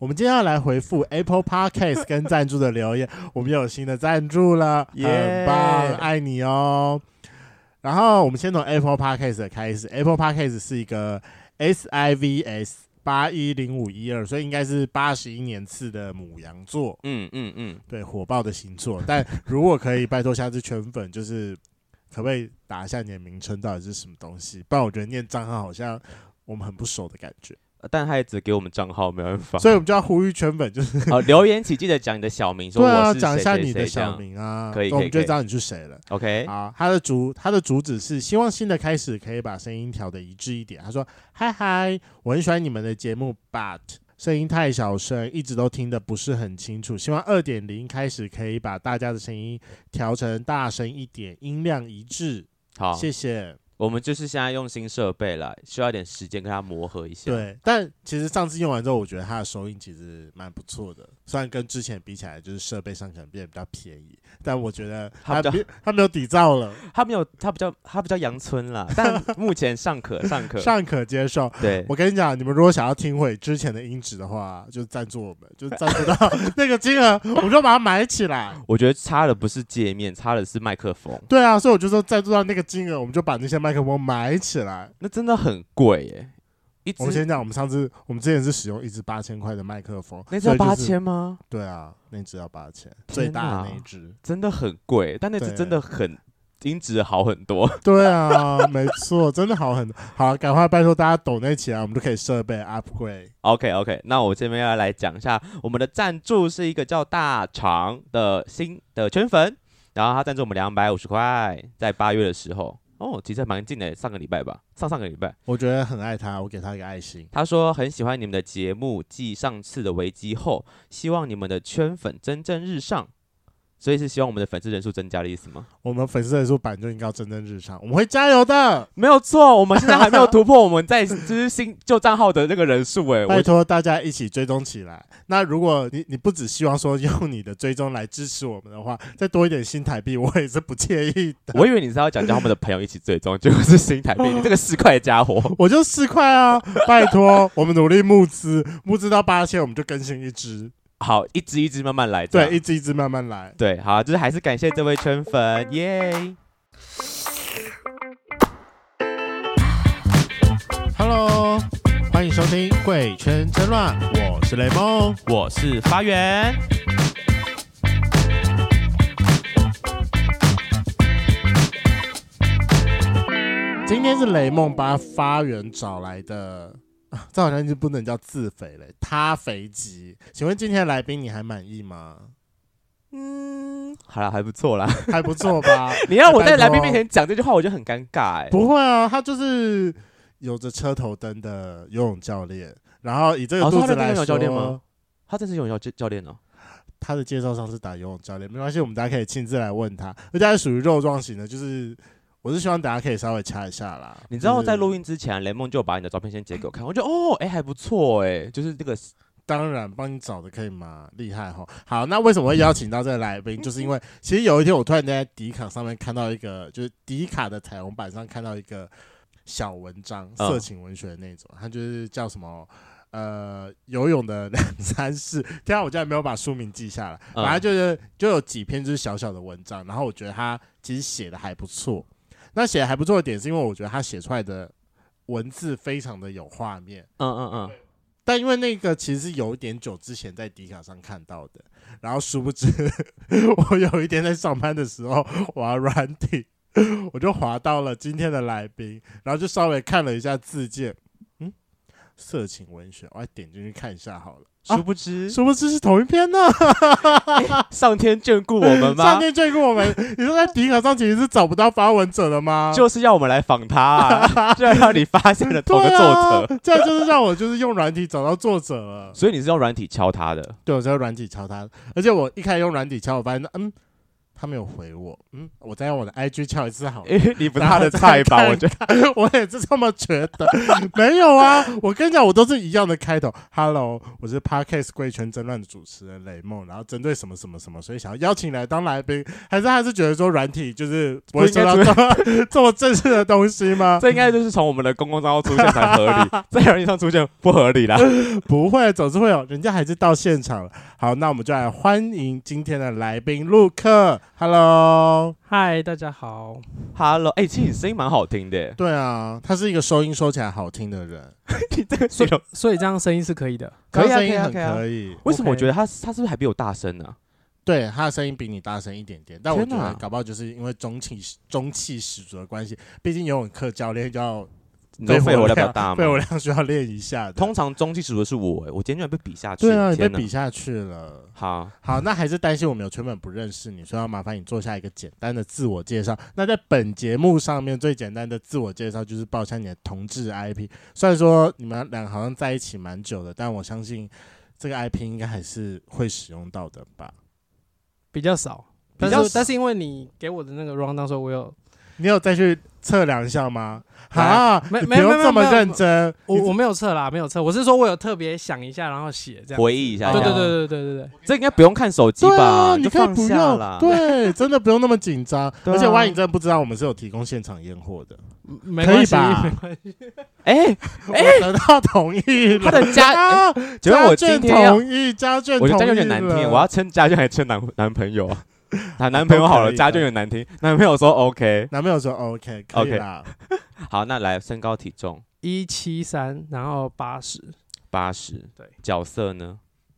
我们今天要来回复 Apple Podcast 跟赞助的留言，我们有新的赞助了，很棒，爱你哦。然后我们先从 Apple Podcast 开始 ，Apple Podcast 是一个 SIVS810512，所以应该是81年次的牡羊座，对，火爆的星座。但如果可以，拜托下次圈粉就是可不可以打一下你的名称到底是什么东西？不然我觉得念账号好像我们很不熟的感觉。 但他也只给我们账号，没办法， 所以我们就要呼吁圈粉，就是留言起记得讲你的小名，说对啊， 我是谁讲一下你的小名啊， 可以， 我们就知道你是谁了。 OK， 好，他的主旨是希望新的开始可以把声音调得一致一点。他说：嗨，我很喜欢你们的节目 ，but 声音太小声，一直都听得不是很清楚。希望 2.0 开始可以把大家的声音调成大声一点，音量一致。 好， 谢谢。 我们就是现在用新设备啦，需要一点时间跟它磨合一下。 对，但其实上次用完之后，我觉得它的收音其实蛮不错的。虽然跟之前比起来，就是设备上可能变得比较便宜，但我觉得它没有底噪了， 它比较阳春啦，但目前尚可接受。 对， 我跟你讲，你们如果想要听回之前的音质的话，就赞助我们，就赞助到那个金额，我们就把它买起来。 我觉得差的不是界面，差的是麦克风。 对啊，所以我就说赞助到那个金额，我们就把那些麦克风买起来。 那真的很贵耶。 我们先讲，我们之前是使用一支8000块的麦克风， 那支要8000吗？ 对啊，那支要8000，最大的那一支真的很贵，但那支真的很音质好很多。 对啊，没错，真的好很多。好，赶快拜托大家抖内起来，我们就可以设备 upgrade。 OK， 那我这边要来讲一下，我们的赞助是一个叫大肠的新的圈粉，然后他赞助我们250块，在8月的时候。其实蛮近的，上个礼拜吧，上个礼拜。 我觉得很爱他，我给他一个爱心。 他说很喜欢你们的节目，继上次的危机后，希望你们的圈粉蒸蒸日上。所以是希望我们的粉丝人数增加的意思吗？ 我们粉丝人数本就应该蒸蒸日上，我们会加油的。 没有错，我们现在还没有突破我们在就是新旧账号的那个人数哎。 拜托大家一起追踪起来。那如果你不只希望说用你的追踪来支持我们的话，再多一点新台币，我也是不介意的。 我以为你是要讲叫他们的朋友一起追踪，结果是新台币，你这个4块的家伙。 我就4块啊，拜托，我们努力募资到8000，我们就更新一支。 好，一支一支慢慢来。 对，一支一支慢慢来。 对，好，就是还是感谢这位圈粉，耶。 Hello， 欢迎收听《贵圈争乱》，我是雷梦， 我是发源。 今天是雷梦把发源找来的。这好像就不能叫自肥了，他肥集。请问今天的来宾你还满意吗？ 好啦，还不错啦， 还不错吧？ 你让我在来宾面前讲这句话，我就很尴尬哎。 不会啊，他就是有着车头灯的游泳教练，然后以这个肚子来说， 他教练吗？他真是游泳教练哦。 他的介绍上是打游泳教练，没关系，我们大家可以亲自来问他。而且他是属于肉壮型的，就是我是希望大家可以稍微掐一下啦。 你知道在录音之前，雷梦就把你的照片先截给我看，我觉得还不错哎，就是这个。 当然，帮你找的可以吗？厉害齁。好，那为什么会邀请到这个来宾？就是因为其实有一天我突然在迪卡上面看到一个，就是迪卡的彩虹版上看到一个小文章，色情文学的那种，它就是叫什么游泳的2、3事。天啊，我竟然没有把书名记下来。反正就有几篇就是小小的文章，然后我觉得他其实写的还不错。那写的还不错的点是因为我觉得他写出来的文字非常的有画面。但因为那个其实是有一点久之前在迪卡上看到的，然后殊不知我有一天在上班的时候玩软体，我就滑到了今天的来宾，然后就稍微看了一下字界，色情文学，我来点进去看一下好了。 殊不知是同一篇呢。 上天眷顾我们吗？ 上天眷顾我们。你说在迪卡上其实是找不到发文者的吗？ 就是要我们来访他啊，就要让你发现了同个作者。 这样就是让我就是用软体找到作者了。 所以你是用软体敲他的？ 对，我是用软体敲他的。而且我一开始用软体敲，我发现他没有回我，我再用我的 IG 敲一次好了。 你不是他的菜吧？我觉得我也是这么觉得。没有啊，我跟你讲，我都是一样的开头。Hello， 我是 Podcast 贵圈争乱的主持人雷梦，然后针对什么什么什么，所以想要邀请你来当来宾，还是觉得说软体就是不会说到这么正式的东西吗？ 这应该就是从我们的公共账号出现才合理，在软件上出现不合理啦。 不会，总是会有，人家还是到现场了。好，那我们就来欢迎今天的来宾陆克。Hello， 嗨，大家好。 Hello， 其实你声音蛮好听的。 对啊，他是一个收音收起来好听的人。 你这个所以这样声音是可以的， 可以啊， 声音很可以。 为什么我觉得他是不是还比我大声呢？ 对，他的声音比你大声一点点，但我觉天哪得搞不好就是因为中气十足的关系，毕竟游泳课教练要你说肺活量比较大吗？ 肺活量需要练一下的。 通常中气十足的是我，我今天居然被比下去。 对啊，你被天哪比下去了。 好， 那还是担心我们有圈粉不认识你，所以要麻烦你做下一个简单的自我介绍。那在本节目上面最简单的自我介绍就是报一下你的同志 IP。虽然说你们俩好像在一起蛮久的，但我相信这个 IP 应该还是会使用到的吧。 比较少，但是因为你给我的那个 round down 时候， 你有再去测量一下吗？ 没你不用这么认真。 我没有测啦，没有测。我是说我有特别想一下，然后写这样回忆一下。 对， 这应该不用看手机吧？ 你就放下啦。 对，真的不用那么紧张。而且万一你真的不知道，我们是有提供现场验货的，可以吧？ 没关系。 我得到同意了。 他的家卷同意，家卷同意了。 我觉得家卷有点难听，我要称家卷还是称男朋友啊？男朋友好了，家卷有点难听。男朋友说 OK， 男朋友说 OK， 可以啦。 好，那来身高体重 173，然后80，对。 角色呢？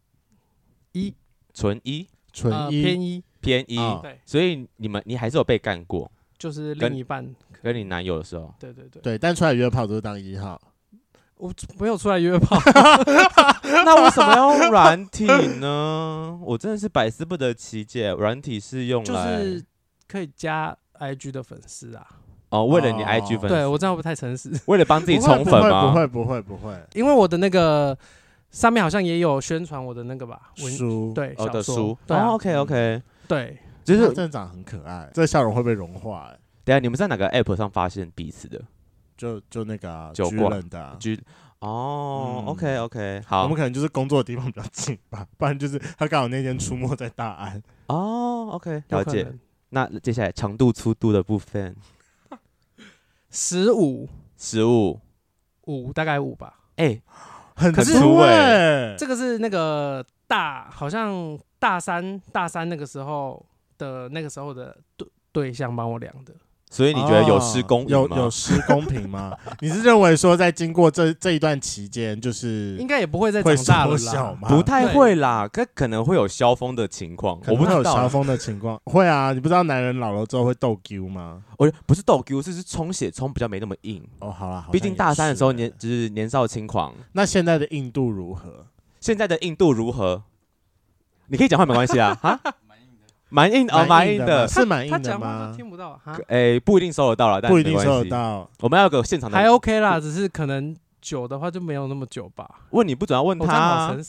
纯一，偏一。 对， 所以你还是有被干过， 就是另一半跟你男友的时候。 对，但出来约炮都是当1号。 我没有出来约炮， 那为什么要用软体呢？我真的是百思不得其解。软体是用来就是可以加 IG 的粉丝啊。 为了你 IG 粉丝， 对我这样会不会太诚实？ 为了帮自己冲粉吗？ 不会， 因为我的那个上面好像也有宣传我的那个吧书， 对， 的书。 对 OK， 对， 就是真的长得很可爱，这笑容会被融化。 等一下你们在哪个 App 上发现彼此的？ 就那个酒人的 OK， 好， 我们可能就是工作的地方比较近吧，不然就是他刚好那天出没在大安。 OK， 了解。那接下来长度粗度的部分 ，15，大概5吧。 很粗这个是那个好像大三那个时候的对象帮我量的。 所以你觉得有失公平吗？ 有失公平吗？你是认为说在经过这一段期间，就是应该也不会再长大了啦？ 不太会啦，可能会有消风的情况。我不知道有消风的情况会啊，你不知道男人老了之后会斗丢吗？ 我不是斗丢，是冲血冲比较没那么硬。 好啦， 毕竟大三的时候就是年少轻狂。 那现在的硬度如何？ 你可以讲话没关系啊，蛮硬的， 是蛮硬的吗？ 他讲话都听不到哈。 不一定收得到啦，但不一定收得到。 我们要有个现场的， 还 OK 啦，只是可能久的话就没有那么久吧。 问你不准要问他。 好诚实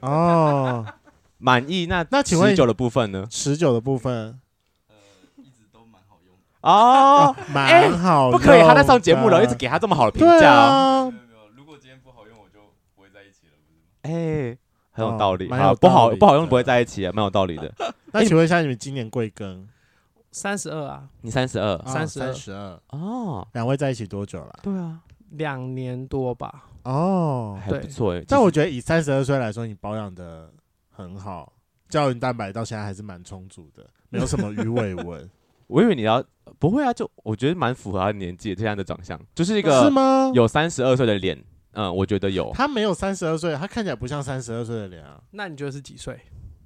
满意那请问持久的部分呢？ 持久的部分， 一直都蛮好用的。 蛮好用。 不可以，他在上节目了，一直给他这么好的评价没有，如果今天不好用，我就不会在一起了，不是吗？ 很有道理。 不好用不会在一起，蛮有道理的。 那请问一下，你们今年贵庚 ？32啊。 你32？ 32。两位在一起多久了？ 对啊，2年多吧。 还不错。 但我觉得以32岁来说，你保养的很好，胶原蛋白到现在还是蛮充足的，没有什么鱼尾纹。 我以为你要不会啊，就我觉得蛮符合他的年纪，这样的长相，就是一个是吗？ 有32岁的脸。我觉得有。 他没有32岁，他看起来不像32岁的脸啊。 那你觉得是几岁？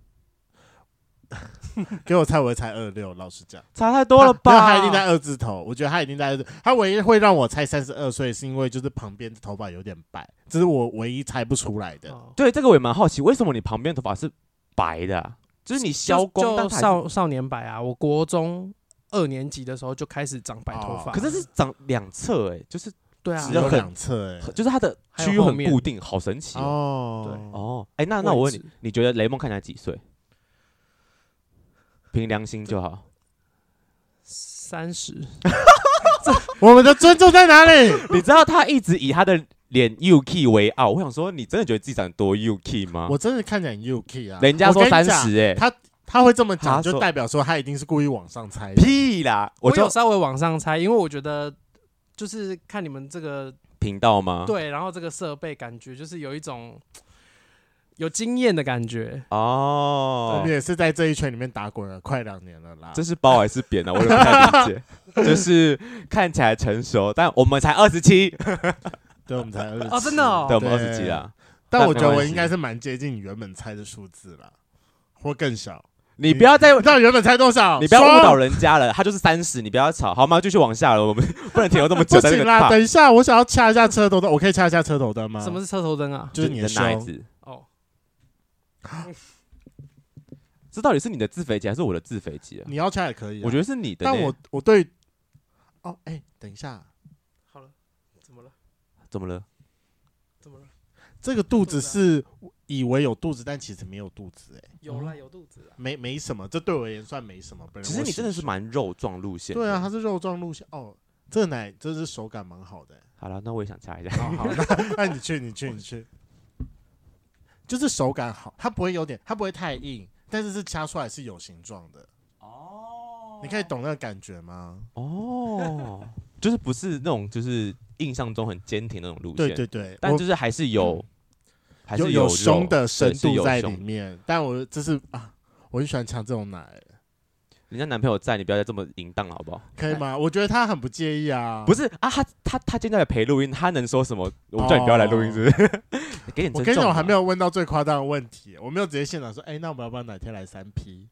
给我猜，我会猜26。老实讲， 差太多了吧？ 他一定在2字头。我觉得他一定在2字头。他唯一会让我猜32岁，是因为就是旁边的头发有点白，这是我唯一猜不出来的。 对，这个我也蛮好奇，为什么你旁边头发是白的？就是你消光， 就少年白啊！我国中2年级的时候就开始长白头发， 可是长两侧就是对啊， 只有2侧就是它的区域很固定，好神奇那我问你，你觉得雷梦看起来几岁？凭良心就好。 30， 我们的尊重在哪里？ 你知道他一直以他的脸 UK 为傲，我想说，你真的觉得自己长得多 UK 吗？ 我真的看起来很 UK 啊！ 人家说30 他会这么讲， 他说就代表说他一定是故意往上猜的。 屁啦！ 我有稍微往上猜，因为我觉得就是看你们这个频道吗？ 对，然后这个设备感觉就是有一种有经验的感觉。 我们也是在这一圈里面打滚了快2年了啦。 这是包还是扁啊？我也不太理解。就是看起来成熟，但我们才27。 对，我们才27。 哦，真的哦。 对，我们27啦。 但我觉得我应该是蛮接近你原本猜的数字啦，或更小。 你不要再知道原本猜多少？ 你不要误导人家了，他就是30，你不要吵好吗？继续往下了，我们不能停留这么久。 不行啦，等一下，我想要掐一下车头灯，我可以掐一下车头灯吗？ 什么是车头灯啊？ 就是你的奶子。 哦， 这到底是你的自肥机还是我的自肥机啊？ 你要掐也可以、啊， 我觉得是你的。 但我对，哦，等一下， 好了，怎么了？ 怎么了？ 这个肚子是以为有肚子，但其实没有肚子， 有啦，有肚子啦。 没什么，这对我而言算没什么。 其实你真的是蛮肉壮路线。 对啊，它是肉壮路线哦。这个奶真是手感蛮好的。 好了，那我也想掐一下。 好，那你去，就是手感好，它不会太硬，但是掐出来是有形状的。哦，你可以懂那个感觉吗？ 哦，就是不是那种就是印象中很坚挺那种路线。 对， 但就是还是有。还是有胸的深度在里面，但我这是我就喜欢抢这种奶。 人家男朋友在，你不要再这么淫荡了，好不好？ 可以吗？我觉得他很不介意啊。 不是啊，他今天来陪录音，他能说什么？我叫你不要来录音，是不是？给点尊重。 我跟你讲，我还没有问到最夸张的问题，我没有直接现场说，那我们要不要哪天来3P？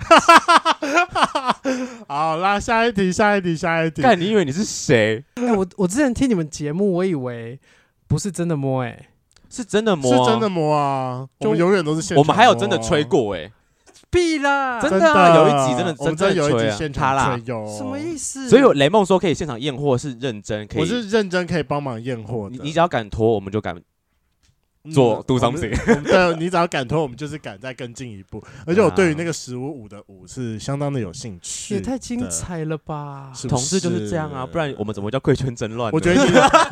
好啦，下一题。 干，你以为你是谁？ 我之前听你们节目，我以为不是真的摸， 是真的摸， 是真的摸啊！我们永远都是现场摸。 我们还有真的吹过屁啦！ 真的啊，有一集真的有一集现场吹什么意思？ 所以雷梦说可以现场验货，是认真可以。 我是认真可以帮忙验货的。 你只要敢拖，我们就敢做 do something。 对，你只要敢拖，我们就是敢再更进一步。而且我对于那个15.5的5是相当的有兴趣。 也太精彩了吧！ 同事就是这样啊，不然我们怎么叫贵圈争乱？ 我觉得你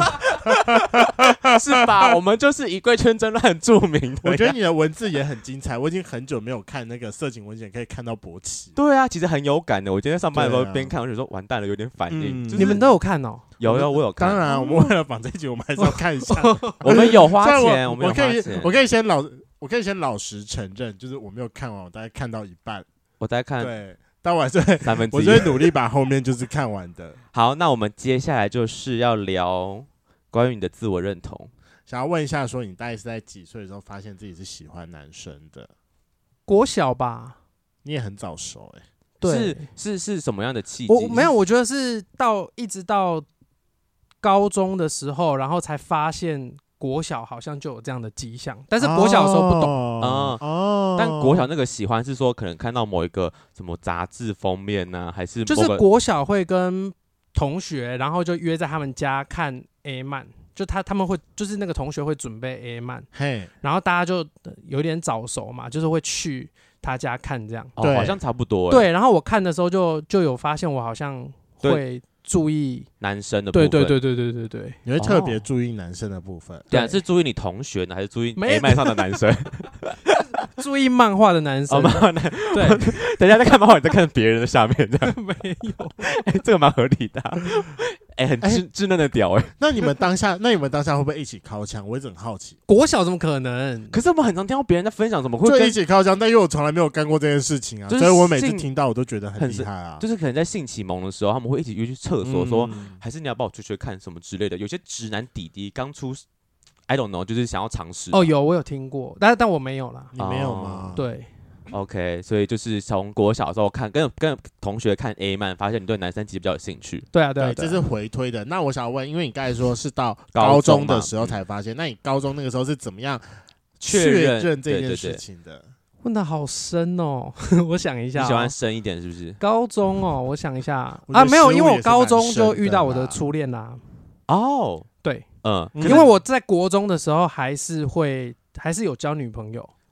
是吧？我们就是以贵圈争乱著名的。 我觉得你的文字也很精彩，我已经很久没有看那个色情文献，可以看到勃起。 对啊，其实很有感的。我今天上班的时候边看，我就说完蛋了，有点反应。 你们都有看哦？ 有，我有看。 当然，我们为了绑这一集，我们还是要看一下。 我们有花钱，我们有花钱。 我可以先老实承认，就是我没有看完，我大概看到一半。 我在看， 对，但我还是 1/3。 我就会努力把后面就是看完的。 好，那我们接下来就是要聊关于你的自我认同。 想要问一下，说你大概是在几岁的时候发现自己是喜欢男生的？ 国小吧。 你也很早熟对， 是什么样的契机？ 没有，我觉得是一直到高中的时候，然后才发现国小好像就有这样的迹象，但是国小的时候不懂。 但国小那个喜欢是说可能看到某一个什么杂志封面呢，还是就是国小会跟同学，然后就约在他们家看 A 漫。就他们会就是那个同学会准备 A 漫，然后大家就有点早熟嘛，就是会去他家看这样。 对，好像差不多。 对，然后我看的时候就有发现，我好像会注意男生的部分。 对， 你会特别注意男生的部分。 对，是注意你同学呢，还是注意 A 漫上的男生？ 注意漫画的男生。 对，等一下在看漫画，你在看别人的下面这样。 没有， 这个蛮合理的。很稚嫩的屌那你们当下会不会一起靠枪？我一直很好奇。 国小怎么可能？ 可是我们很常听到别人在分享，怎么会就一起靠枪？但因为我从来没有干过这件事情啊，所以我每次听到我都觉得很厉害啊。 就是可能在性启蒙的时候，他们会一起约去厕所，说还是你要帮我追看什么之类的。有些直男弟弟刚出 ，I don't know， 就是想要尝试。 我有听过，但我没有啦。 你没有吗？ 对。 OK， 所以就是从国小的时候看，跟同学看 A 漫，发现你对男生其实比较有兴趣。 对啊， 这是回推的。那我想问，因为你刚才说是到高中的时候才发现，那你高中那个时候是怎么样确认这件事情的？ 问得好深哦，我想一下。 你喜欢深一点是不是？ 高中哦，我想一下啊，没有，因为我高中就遇到我的初恋啦。 哦， 对， 因为我在国中的时候还是有交女朋友。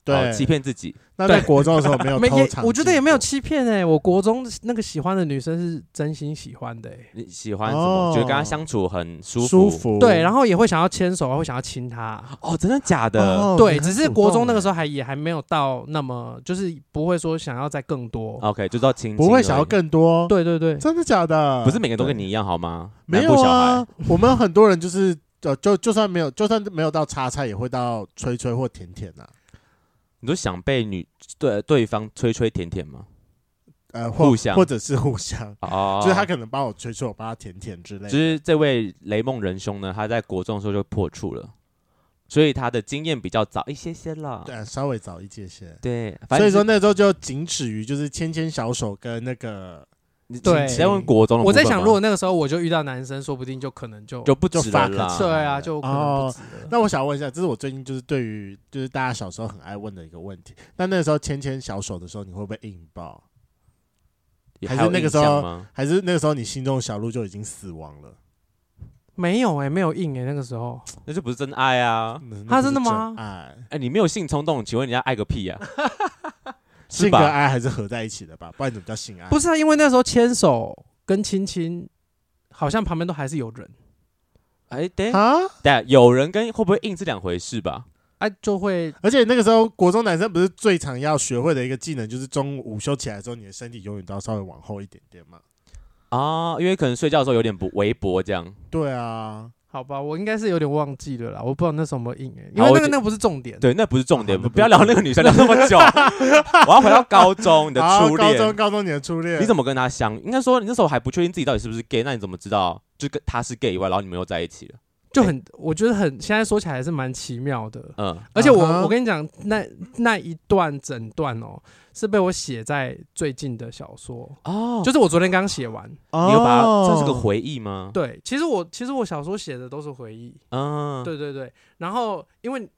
对， 欺骗自己。 那在国中的时候没有偷尝， 我觉得也没有欺骗我国中那个喜欢的女生是真心喜欢的你喜欢什么？觉得跟她相处很舒服， 对，然后也会想要牵手，会想要亲她。 哦，真的假的？ 对，只是国中那个时候也还没有到那么，就是不会说想要再更多。 OK， 就到亲， 不会想要更多。 对对对， 真的假的？ 不是每个人都跟你一样好吗？ 没有啊，我们很多人就是就算没有到插菜，也会到吹吹或甜甜啊。 你都想被对方吹吹甜甜吗？ 互相或者是互相就是他可能帮我吹吹，我帮他甜甜之类的。 就是这位雷梦仁兄呢，他在国中的时候就破处了，所以他的经验比较早一些些了。 对，稍微早一些。 对， 所以说那时候就仅止于就是牵牵小手跟那个。 对， 在问国中的， 我在想，如果那个时候我就遇到男生，说不定就可能就不值了啦。 对啊，就可能不值了。 那我想问一下，这是我最近就是对于就是大家小时候很爱问的一个问题。那个时候牵牵小手的时候，你会不会硬爆？还是那个时候你心中的小鹿就已经死亡了？ 没有没有硬那个时候那就不是真爱啊！ 他真的吗？ 你没有性冲动，请问人家爱个屁啊？ 性跟爱还是合在一起的吧，不然怎么叫性爱？ 不是啊，因为那时候牵手跟亲亲，好像旁边都还是有人。 对有人跟会不会硬是两回事吧？ 就会， 而且那个时候国中男生不是最常要学会的一个技能，就是中午午休起来之后，你的身体永远都要稍微往后一点点嘛。 因为可能睡觉的时候有点微薄这样。 对啊。 好吧，我应该是有点忘记了啦，我不知道那时候有没有硬因为那不是重点。 对，那不是重点，不要聊那个女生聊那么久。我要回到高中，你的初恋。 高中你的初恋， 你怎么跟他应该说你那时候还不确定自己到底是不是 gay， 那你怎么知道就跟他是 gay 以外，然后你们又在一起了？ 就我觉得现在说起来还是蛮奇妙的。而且我跟你讲，那一段整段是被我写在最近的小说就是我昨天刚写完。 你有把它这是个回忆吗？ 对，其实我小说写的都是回忆。对对对。然后因为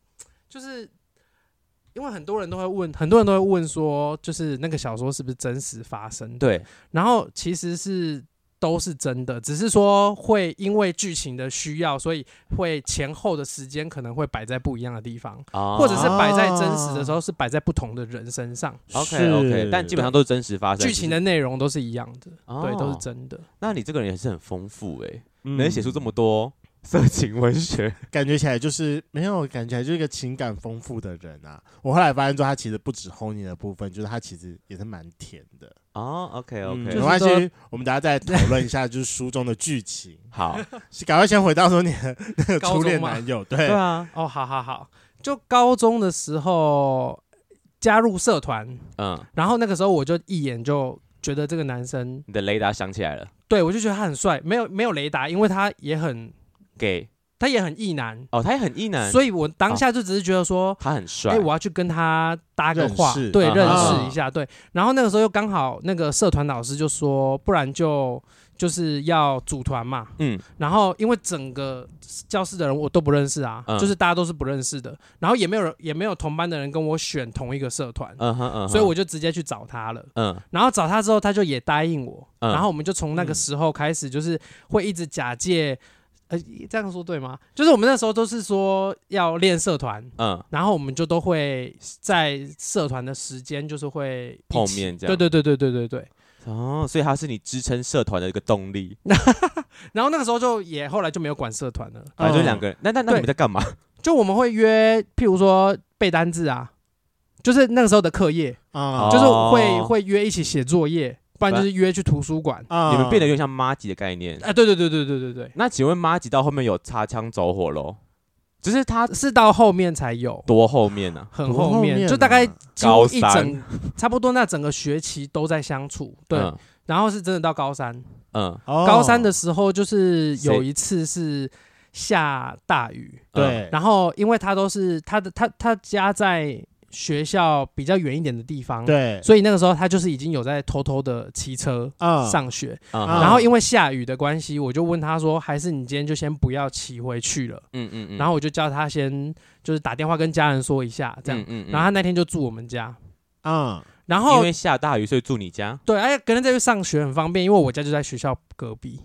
很多人都会问说，就是那个小说是不是真实发生的？ 对。 然后其实都是真的，只是说会因为剧情的需要，所以会前后的时间可能会摆在不一样的地方，或者是摆在真实的时候是摆在不同的人身上。 OK， 但基本上都是真实发生， 剧情的内容都是一样的，对，都是真的。 那你这个人也是很丰富能写出这么多色情文学， 感觉起来就是没有，感觉起来就是一个情感丰富的人啊。我后来发现说，他其实不止 honey 的部分，就是他其实也是蛮甜的。 OK， 没关系，我们等一下再讨论一下，就是书中的剧情。 好， 赶快先回到说你的那个初恋男友，对啊，好，就高中的时候加入社团，然后那个时候我就一眼就觉得这个男生， 你的雷达响起来了， 对我就觉得他很帅，没有雷达，因为他也很 gay。 他也很异男他也很异男， 所以我当下就只是觉得说他很帅， 我要去跟他搭个话，对，认识一下，对。然后那个时候又刚好那个社团老师就说，不然就是要组团嘛，然后因为整个教室的人我都不认识啊，就是大家都是不认识的，然后也没有同班的人跟我选同一个社团，所以我就直接去找他了，然后找他之后他就也答应我，然后我们就从那个时候开始就是会一直假借。这样说对吗？就是我们那时候都是说要练社团，然后我们就都会在社团的时间就是会碰面这样， 对。 所以他是你支撑社团的一个动力。 然后那个时候后来就没有管社团了， 就两个人。那你们在干嘛？ 就我们会约，譬如说背单字啊，就是那个时候的课业就是会约一起写作业。不然就是约去图书馆， 你们变得有点像麻吉的概念。 对。 那请问麻吉到后面有擦枪走火咯？只是他是到后面才有， 多后面啊？ 很后面，就大概高三差不多那整个学期都在相处。对，然后是真的到高三。 高三的时候就是有一次是下大雨， 对， 然后因为他都是他家在学校比较远一点的地方， 对， 所以那个时候他就是已经有在偷偷的骑车上学，然后因为下雨的关系，我就问他说，还是你今天就先不要骑回去了，然后我就叫他先就是打电话跟家人说一下，这样，然后他那天就住我们家，然后因为下大雨所以住你家， 对，隔天再去上学很方便，因为我家就在学校隔壁。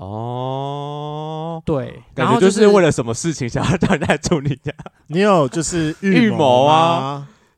对， 感觉就是为了什么事情想要让人家住你家？ 你有就是预谋啊？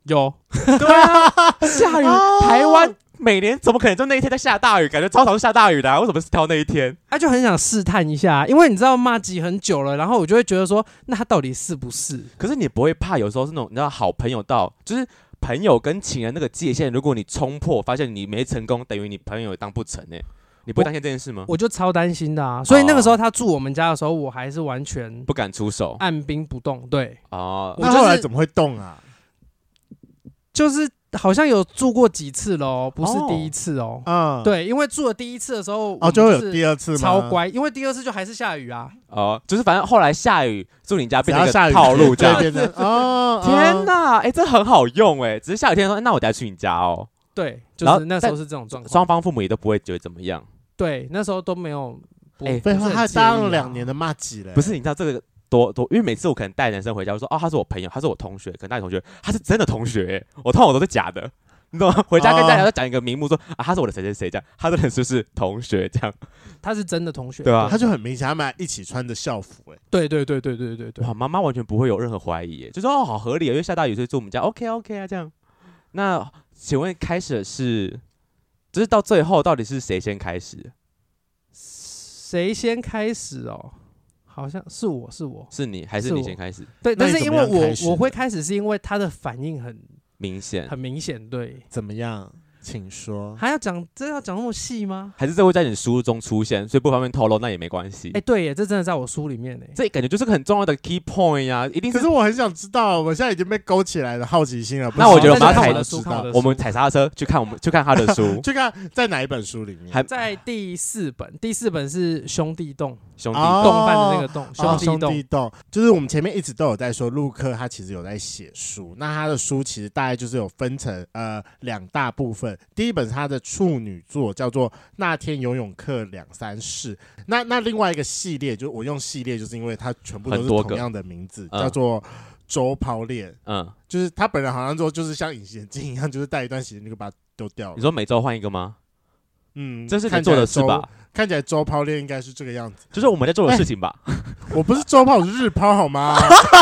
有， 对啊，下雨，台湾每年怎么可能就那一天在下大雨？感觉超常下大雨的，为什么是挑那一天？ 就很想试探一下，因为你知道骂挤很久了，然后我就会觉得说，那他到底是不是？ 可是你不会怕有时候是那种你知道好朋友到就是朋友跟情人那个界限，如果你冲破，发现你没成功，等于你朋友也当不成你不会担心这件事吗？ 我就超担心的啊！所以那个时候他住我们家的时候，我还是完全不敢出手， 按兵不动。对， 那后来怎么会动啊？ 就是好像有住过几次喽，不是第一次哦。对，因为住了第一次的时候， 就会有第二次吗？ 超乖，因为第二次就还是下雨啊。 就是反正后来下雨住你家变成一个套路这样。天哪，这很好用只是下雨天说，那我等下去你家哦。 对，就是那时候是这种状况， 双方父母也都不会觉得怎么样。 对，那时候都没有。 废话，他当了2年的骂几了。 不是，你知道这个。多，因为每次我可能带男生回家，我说他是我朋友，他是我同学，可能大学同学，他是真的同学，我通常都是假的，你懂吗？回家跟家人讲一个名目说他是我的谁谁谁这样，他真的就是同学这样， 他是真的同学， 对啊， 他就很明显，他们一起穿着校服对， 哇，妈妈完全不会有任何怀疑就说好合理因为下大雨所以住我们家 OK 啊这样。那请问开始的是，就是到最后到底是谁先开始？ 谁先开始好像是我， 是你还是你先开始？ 对，但是因为我会开始，是因为他的反应很明显， 对。 怎么样？请说。 还要讲那么细吗？ 还是这会在你书中出现，所以不方便透露，那也没关系。 对耶，这真的在我书里面这感觉就是个很重要的 key point 呀，一定是。 可是我很想知道，我现在已经被勾起来的好奇心了。 那我觉得我们踩刹车去看他的书， 去看在哪一本书里面？ 在第4本，第4本是兄弟洞。 洞饭的那个洞， 兄弟洞，就是我们前面一直都有在说，陆克他其实有在写书。那他的书其实大概就是有分成2大部分。第一本是他的处女作，叫做《那天游泳课2、3事》。那另外一个系列，就我用系列，就是因为它全部都是同样的名字，叫做周抛恋。就是他本人好像就是像隐形眼镜一样，就是戴一段时间就把它丢掉了。 你说每周换一个吗？这是你做的事吧？ 看起来周抛恋应该是这个样子， 就是我们在做的事情吧。 我不是周抛，我是日抛，好吗？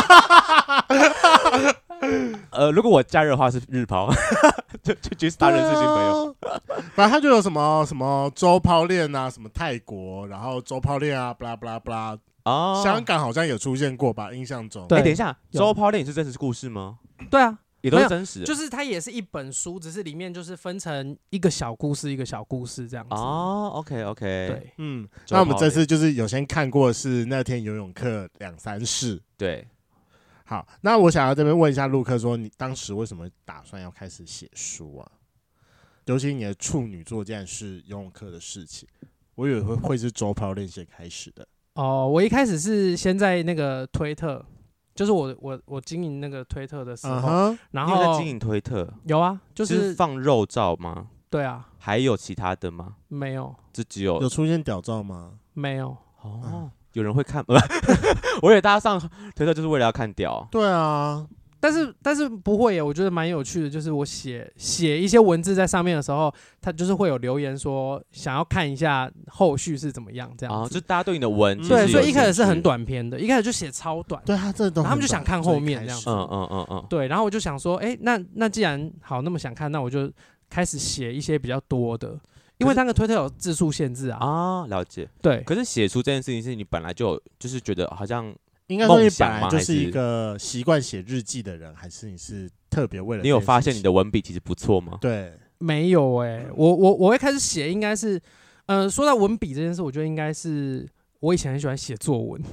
如果我假日的话是日抛，就他认识新朋友。 反正他就有什么周抛恋啊，什么泰国，然后周抛恋啊，巴拉巴拉巴拉。香港好像有出现过吧？印象中。 等一下，周抛恋是真实故事吗？ 对啊。 也都是真实的， 就是它也是一本书，只是里面就是分成一个小故事这样子。 OK， 对， 那我们这次就是有先看过是那天游泳课2、3事。 对， 好，那我想要这边问一下陆克，说你当时为什么打算要开始写书啊？尤其你的处女作竟然是游泳课的事情，我以为会是周抛恋先开始的。 我一开始是先在那个推特。就是我经营那个推特的时候，然后你有在经营推特？ 有啊，就是放肉照吗？ 对啊。 还有其他的吗？ 没有， 这只有出现屌照吗？ 没有。 有人会看？我以为大家上推特就是为了要看屌。 对啊。 但是不会耶，我觉得蛮有趣的，就是我写一些文字在上面的时候，他就是会有留言说想要看一下后续是怎么样这样子。 就大家对你的文对，所以一开始是很短篇的，一开始就写超短。 对，他这都， 然后他们就想看后面这样子。对，然后我就想说，那既然好那么想看，那我就开始写一些比较多的，因为那个推特有字数限制啊。 了解。 对。 可是写出这件事情是你本来就就是觉得好像。 应该说你本来就是一个习惯写日记的人，还是你是特别为了？ 你有发现你的文笔其实不错吗？ 对， 没有我会开始写，应该是说到文笔这件事，我觉得应该是我以前很喜欢写作文。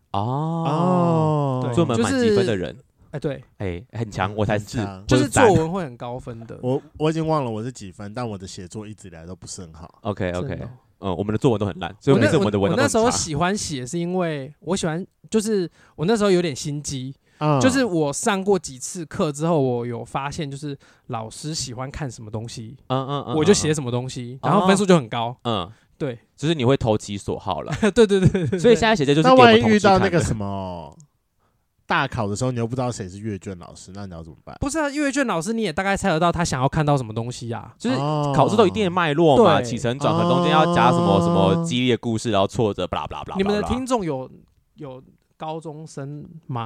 对，作文满几分的人， 对， 很强，我才是， 就是作文会很高分的。 我已经忘了我是几分，但我的写作一直以来都不是很好。 OK，我们的作文都很烂，所以每次我们的文都很差。 我那时候喜欢写，是因为我喜欢，就是我那时候有点心机，就是我上过几次课之后，我有发现，就是老师喜欢看什么东西，我就写什么东西，然后分数就很高。对， 就是你会投其所好了。 对， 所以现在写这就是。 那万一遇到那个什么大考的时候，你又不知道谁是阅卷老师，那你要怎么办？ 不是啊，阅卷老师你也大概猜得到他想要看到什么东西啊， 就是考试都有一定的脉络嘛，起承转合中间要加什么激烈的故事，然后挫折，巴拉巴拉巴拉。 你们的听众有高中生吗？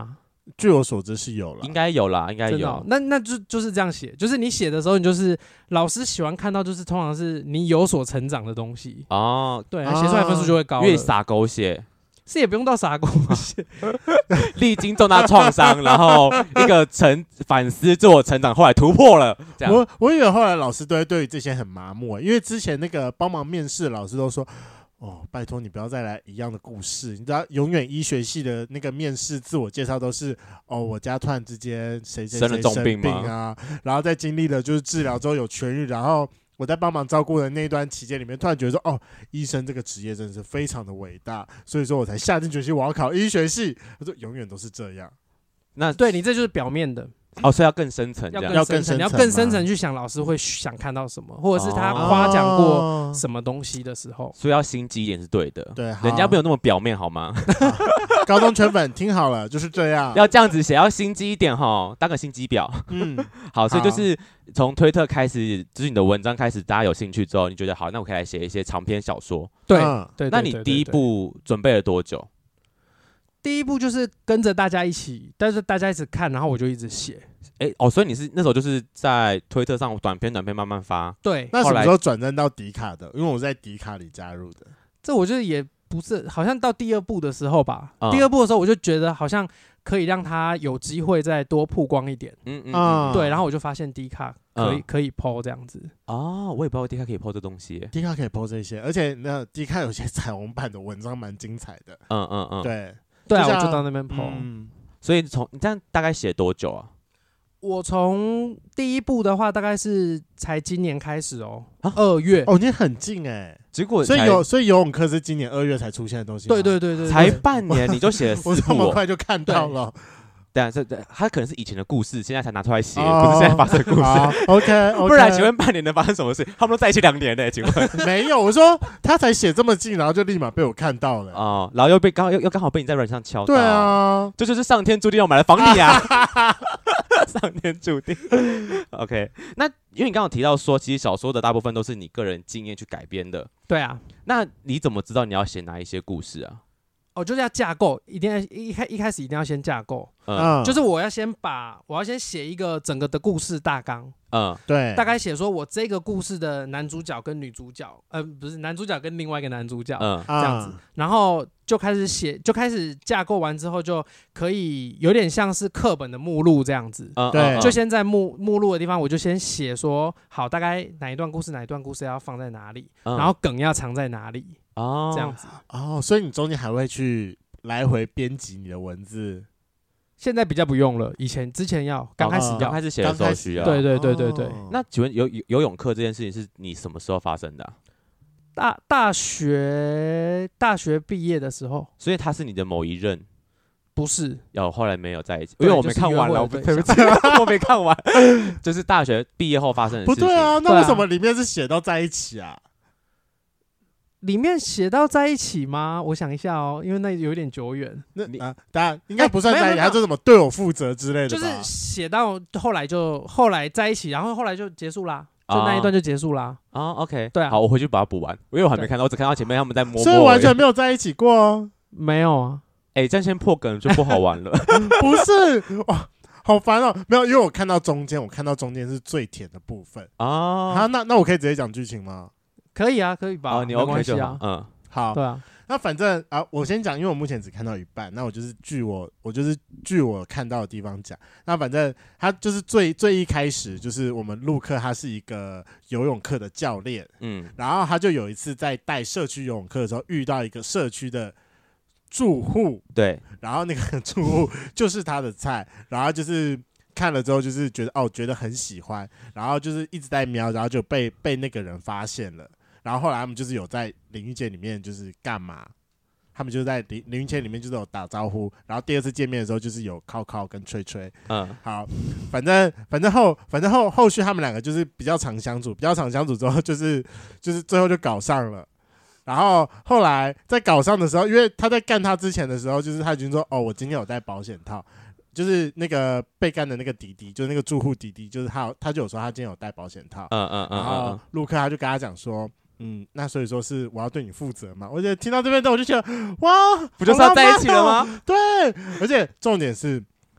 据我所知是有了， 应该有啦，应该有。 那就是这样写，就是你写的时候，你就是老师喜欢看到，就是通常是你有所成长的东西哦。 对，写出来分数就会高了。 越洒狗血， 是也不用到洒狗血， 历经重大创伤，然后一个反思自我成长，后来突破了。这样我以为后来老师都会对于这些很麻木，因为之前那个帮忙面试的老师都说。哦，拜托你不要再来一样的故事。你知道，永远医学系的那个面试自我介绍都是哦，我家突然之间谁生了重病啊，然后在经历了就是治疗之后有痊愈，然后我在帮忙照顾的那一段期间里面，突然觉得说，哦，医生这个职业真的是非常的伟大，所以说我才下定决心我要考医学系。我说永远都是这样。 那对你这就是表面的。 哦，所以要更深层， 要更深层去想老师会想看到什么，或者是他夸奖过什么东西的时候， 所以要心机一点是对的。 对， 人家没有那么表面好吗？ 高中圈粉听好了，就是这样， 要这样子写，要心机一点哈，当个心机婊。好，所以就是从推特开始，就是你的文章开始，大家有兴趣之后，你觉得好，那我可以来写一些长篇小说。 对， 那你第一步准备了多久？ 第一步就是跟着大家一起，但是大家一起看，然后我就一直写。 所以你是那时候就是在推特上短篇慢慢发。 对， 那什么时候转战到迪卡的？因为我是在迪卡里加入的。 这我觉得也不是，好像到第二部的时候吧。第二部的时候我就觉得好像可以让他有机会再多曝光一点。对，然后我就发现迪卡可以 po 这样子。 哦，我也不知道迪卡可以 po 这东西。 迪卡可以 po 这些，而且那迪卡有些彩虹版的文章蛮精彩的。 对啊，我就到那边 po。 所以你这样大概写多久啊？ 我从第一部的话，大概是才今年开始哦，2月哦，你很近哎。 结果所以游泳课是今年2月才出现的东西。 对， 才半年你就写了4部， 我这么快就看到了。 对啊，他可能是以前的故事，现在才拿出来写，不是现在发生的故事。 OK， 不然请问半年能发生什么事？他们都在一起2年呢，请问？ 没有，我说他才写这么近，然后就立马被我看到了。 哦，然后又刚好被你在软上敲到。 对啊， 这就是上天注定要买来防你啊！上天注定。OK， 那因为你刚刚有提到说，其实小说的大部分都是你个人经验去改编的。 对啊， 那你怎么知道你要写哪一些故事啊？ 就是要架构，一定要一开始一定要先架构。就是我要先写一个整个的故事大纲。 对， 大概写说我这个故事的男主角跟女主角，不是男主角跟另外一个男主角，这样子，然后就开始写，就开始架构完之后，就可以有点像是课本的目录这样子。 对， 就先在目录的地方，我就先写说，好，大概哪一段故事要放在哪里，然后梗要藏在哪里，这样子。 所以你中间还会去来回编辑你的文字。 现在比较不用了，之前刚开始写的时候需要。 对。 那请问游泳课这件事情是你什么时候发生的啊？ 大学毕业的时候。 所以他是你的某一任？ 不是， 后来没有在一起，因为我没看完了，对不起，我没看完。就是大学毕业后发生的事情。 不对啊，那为什么里面是写到在一起啊？ 里面写到在一起吗？我想一下哦，因为那有点久远。 当然应该不算在一起，他就什么对我负责之类的吧。 就是写到后来在一起，然后后来就结束啦，就那一段就结束啦。 OK， 对啊。 好，我回去把它补完，因为我还没看到，我只看到前面他们在摸。 所以完全没有在一起过哦。 没有啊。 这样先破梗就不好玩了。 不是哇。好烦哦！没有，因为我看到中间是最甜的部分啊。那我可以直接讲剧情吗？ 可以啊，可以吧？ 你 OK 就好。 好。 对啊。 那反正我先讲，因为我目前只看到一半，那我就是据我看到的地方讲。那反正他就是最一开始，就是我们陆克他是一个游泳课的教练，然后他就有一次在带社区游泳课的时候，遇到一个社区的住户，对，然后那个住户就是他的菜，然后就是看了之后就是觉得很喜欢，然后就是一直在瞄，然后就被那个人发现了。然后后来他们就是有在淋浴间里面就是干嘛？他们就在淋浴间里面就是有打招呼，然后第二次见面的时候就是有靠跟吹。好，反正后续他们两个就是比较常相处之后就是最后就搞上了。然后后来在搞上的时候，因为他在干他之前的时候，就是他已经说我今天有带保险套。就是那个被干的那个弟弟，就是那个住户弟弟，就是他就有说他今天有带保险套。然后陆克他就跟他讲说，那所以说是我要对你负责嘛。我觉得听到这边我就觉得哇， 不就是要在一起了吗？ 对，而且重点是，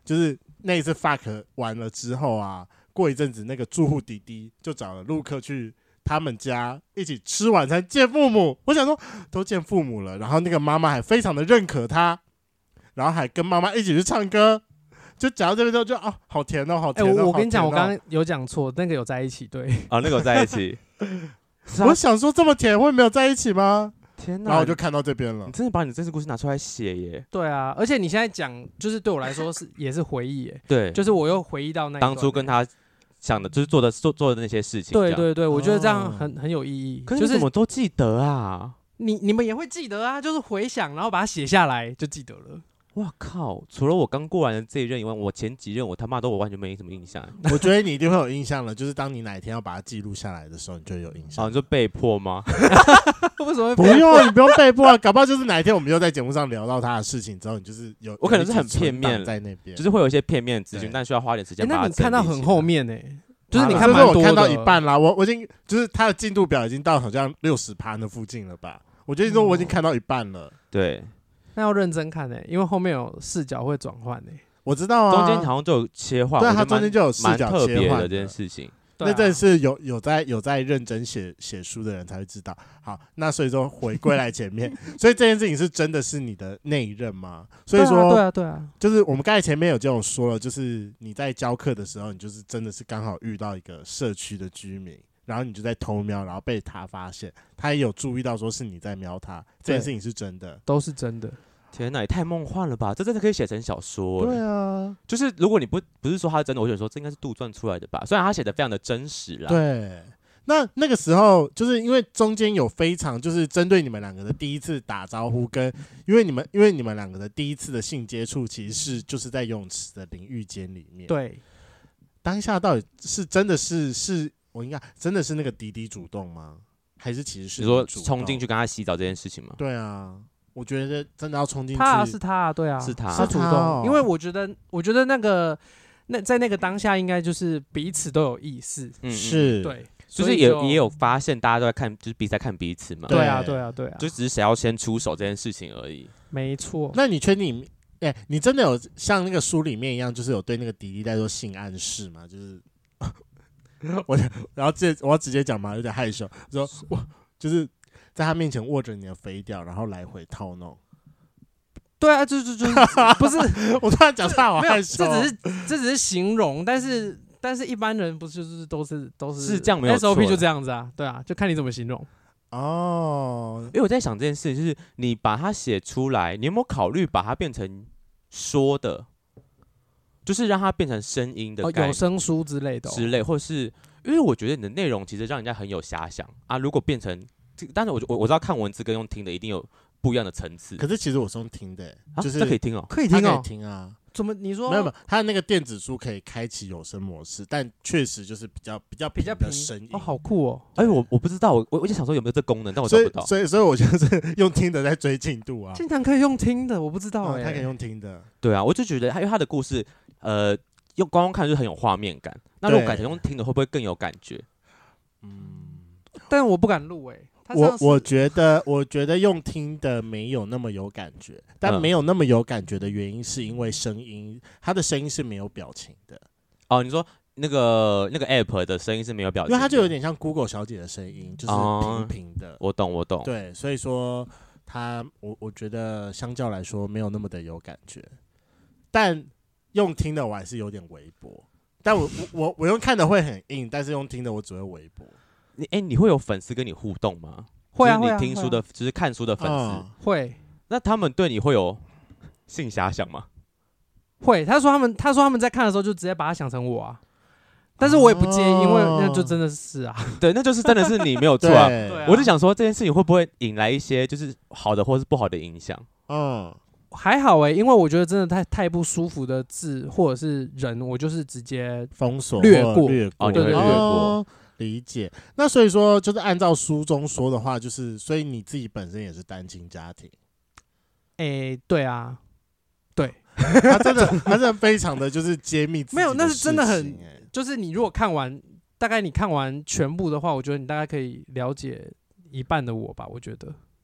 就是那一次 fuck 完了之后啊，过一阵子那个住户弟弟就找了陆克去他们家一起吃晚餐见父母。我想说都见父母了，然后那个妈妈还非常的认可他，然后还跟妈妈一起去唱歌。就讲到这边之后就好甜哦，好甜哦。 我跟你讲，我刚刚有讲错，那个有在一起，对。 那个有在一起。 我想说这么甜会没有在一起吗？ 天哪！ 然后我就看到这边了。 你真的把你真实故事拿出来写耶？ 对啊，而且你现在讲，就是对我来说也是回忆耶。 对， 就是我又回忆到那一段当初跟他想的，就是做的那些事情。 对对对，我觉得这样很有意义。 可是你怎么都记得啊？ 你们也会记得啊，就是回想，然后把它写下来就记得了。 哇靠！除了我刚过完的这一任以外，我前几任我他妈我完全没什么印象。 我觉得你一定会有印象了，就是当你哪一天要把它记录下来的时候，你就会有印象。 你说被迫吗？ 为什么会不用？你不用被迫啊，搞不好就是哪一天我们又在节目上聊到他的事情之后，你就是我可能是很片面在那边， 就是会有一些片面的资讯，但需要花点时间把它整理起来。 那你看到很后面呢？就是你看蛮多的，我看到到一半啦，我已经就是他的进度表已经到好像60%那附近了吧？我觉得说我已经看到一半了。 对。 那要认真看因为后面有视角会转换我知道啊， 中间好像就有切换， 对，它中间就有视角特别切换的这件事情。 那真的是有在认真写书的人才会知道。好，那所以说回归来前面，所以这件事情是真的是你的那一任吗？所以说， 对啊， 就是我们刚才前面有这种说了，就是你在教课的时候，你就是真的是刚好遇到一个社区的居民。然后你就在偷瞄，然后被他发现，他也有注意到说是你在瞄他，这件事情是真的， 都是真的。 天哪，也太梦幻了吧！这真的可以写成小说。 对啊， 就是如果你不是说他是真的，我就说这应该是杜撰出来的吧。虽然他写的非常的真实啦。 对，那个时候就是因为中间有非常就是针对你们两个的第一次打招呼，跟因为你们两个的第一次的性接触，其实是就是在游泳池的淋浴间里面。 对， 当下到底是真的是我应该真的是那个弟弟主动吗？还是其实是你说冲进去跟他洗澡这件事情吗？ 对啊，我觉得真的要冲进去。 是他，对啊， 是他主动。因为我觉得在那个当下，应该就是彼此都有意识。 是， 对， 就是也有发现大家都在看，就是彼此在看彼此嘛。 对啊， 就只是谁要先出手这件事情而已。 没错。 那你确定你真的有像那个书里面一样，就是有对那个弟弟在做性暗示吗？就是然后我要直接讲嘛，有点害羞，说我就是在他面前握着你的飞钓，然后来回套弄。 对啊，就是不是我突然讲出来好害羞。 这只是形容，但是一般人不是都是这样没有错 SOP 就这样子啊，对啊，就看你怎么形容。 因为我在想这件事，就是你把它写出来，你有没有考虑把它变成说的？就是让它变成声音的概念， 有声书之类的或是因为我觉得你的内容其实让人家很有遐想啊。如果变成但是我知道看文字跟用听的一定有不一样的层次。 可是其实我是用听的，就是这可以听哦， 可以听哦， 可以听啊。 怎么你说？ 没有，它的那个电子书可以开启有声模式，但确实就是比较平的声音。 好酷哦！ 我不知道，我就想说有没有这功能，但我找不到。 所以我就是用听的在追进度啊。 竟然可以用听的，我不知道它可以用听的。 对啊，我就觉得因为他的故事，用光看就很有画面感。那如果改成用听的，会不会更有感觉？ 但我不敢录我觉得用听的没有那么有感觉，但没有那么有感觉的原因是因为声音，它的声音是没有表情的。 你说那个 app 的声音是没有表情的， 因为它就有点像 Google 小姐的声音，就是平平的。 我懂。 对，所以说我觉得相较来说没有那么的有感觉，但用听的我还是有点微薄。但我用看的会很硬，但是用听的我只会微薄。 你会有粉丝跟你互动吗？ 会啊， 就是你听书的，就是看书的粉丝会。 那他们对你会有性遐想吗？ 会，他说他们在看的时候就直接把他想成我啊，但是我也不介意，因为那就真的是啊， 对，那就是真的是你没有错啊。我就想说这件事情会不会引来一些就是好的或是不好的影响？ 还好因为我觉得真的太不舒服的字或者是人，我就是直接封锁略过。 你会略过。 理解。那所以说，就是按照书中说的话，就是所以你自己本身也是单亲家庭。 对啊，对， 他真的非常的就是揭秘自己的事情。 没有，那是真的很，就是你如果大概你看完全部的话，我觉得你大概可以了解一半的我吧，我觉得。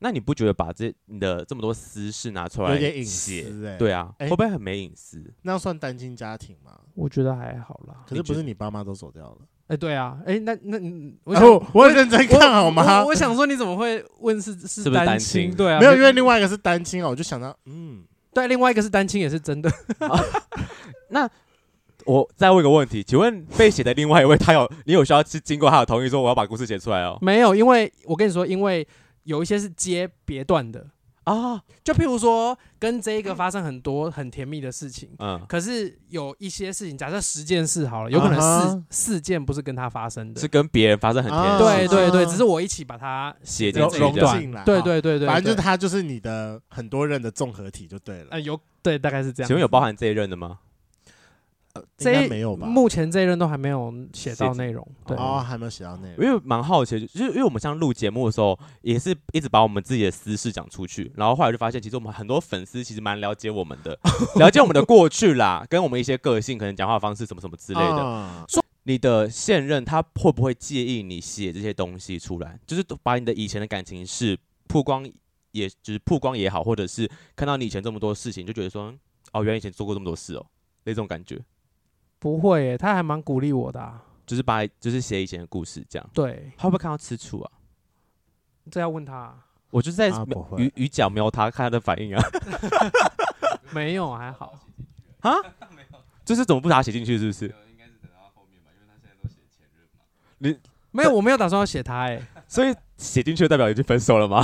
那你不觉得把你的这么多私事拿出来有点隐写， 私对啊，会不会很没隐私？ 那要算单亲家庭吗？ 我觉得还好啦。 可是不是你爸妈都走掉了？ 对啊，那我很认真看好吗？ 我想说你怎么会问是不是单亲？ 对啊， 没有，因为另外一个是单亲啊，我就想到对，另外一个是单亲也是真的。 那我再问一个问题，请问被写的另外一位，你有需要去经过他的同意说我要把故事写出来哦？ 没有，因为我跟你说，因为有一些是接别段的啊， 就譬如说跟这一个发生很多很甜蜜的事情，可是有一些事情，假设10件事好了，有可能四件不是跟他发生的， 是跟别人发生很甜的事情。 对，只是我一起把它写进去融进来。对， 反正就是他就是你的很多任的综合体就对了。 对，大概是这样。 请问有包含这一任的吗？ 应该没有吧？ 目前这一任都还没有写到内容，对还没有写到内容。 因为蛮好奇的，就是因为我们像录节目的时候，也是一直把我们自己的私事讲出去，然后后来就发现，其实我们很多粉丝其实蛮了解我们的，了解我们的过去啦，跟我们一些个性，可能讲话方式什么什么之类的。你的现任他会不会介意你写这些东西出来？就是把你的以前的感情事曝光，就是曝光也好，或者是看到你以前这么多事情，就觉得说，哦，原来以前做过这么多事哦，那种感觉。 不会耶，他还蛮鼓励我的啊， 就是写以前的故事这样。 对， 他会不会看到吃醋啊？ 这要问他啊。 我就是在鱼角瞄他，看他的反应啊。 没有，还好。 啊？就是怎么不把它写进去？是不是？ 应该是等到后面吧，因为他现在都写前任嘛。 你没有，我没有打算要写他所以写进去的代表已经分手了吗？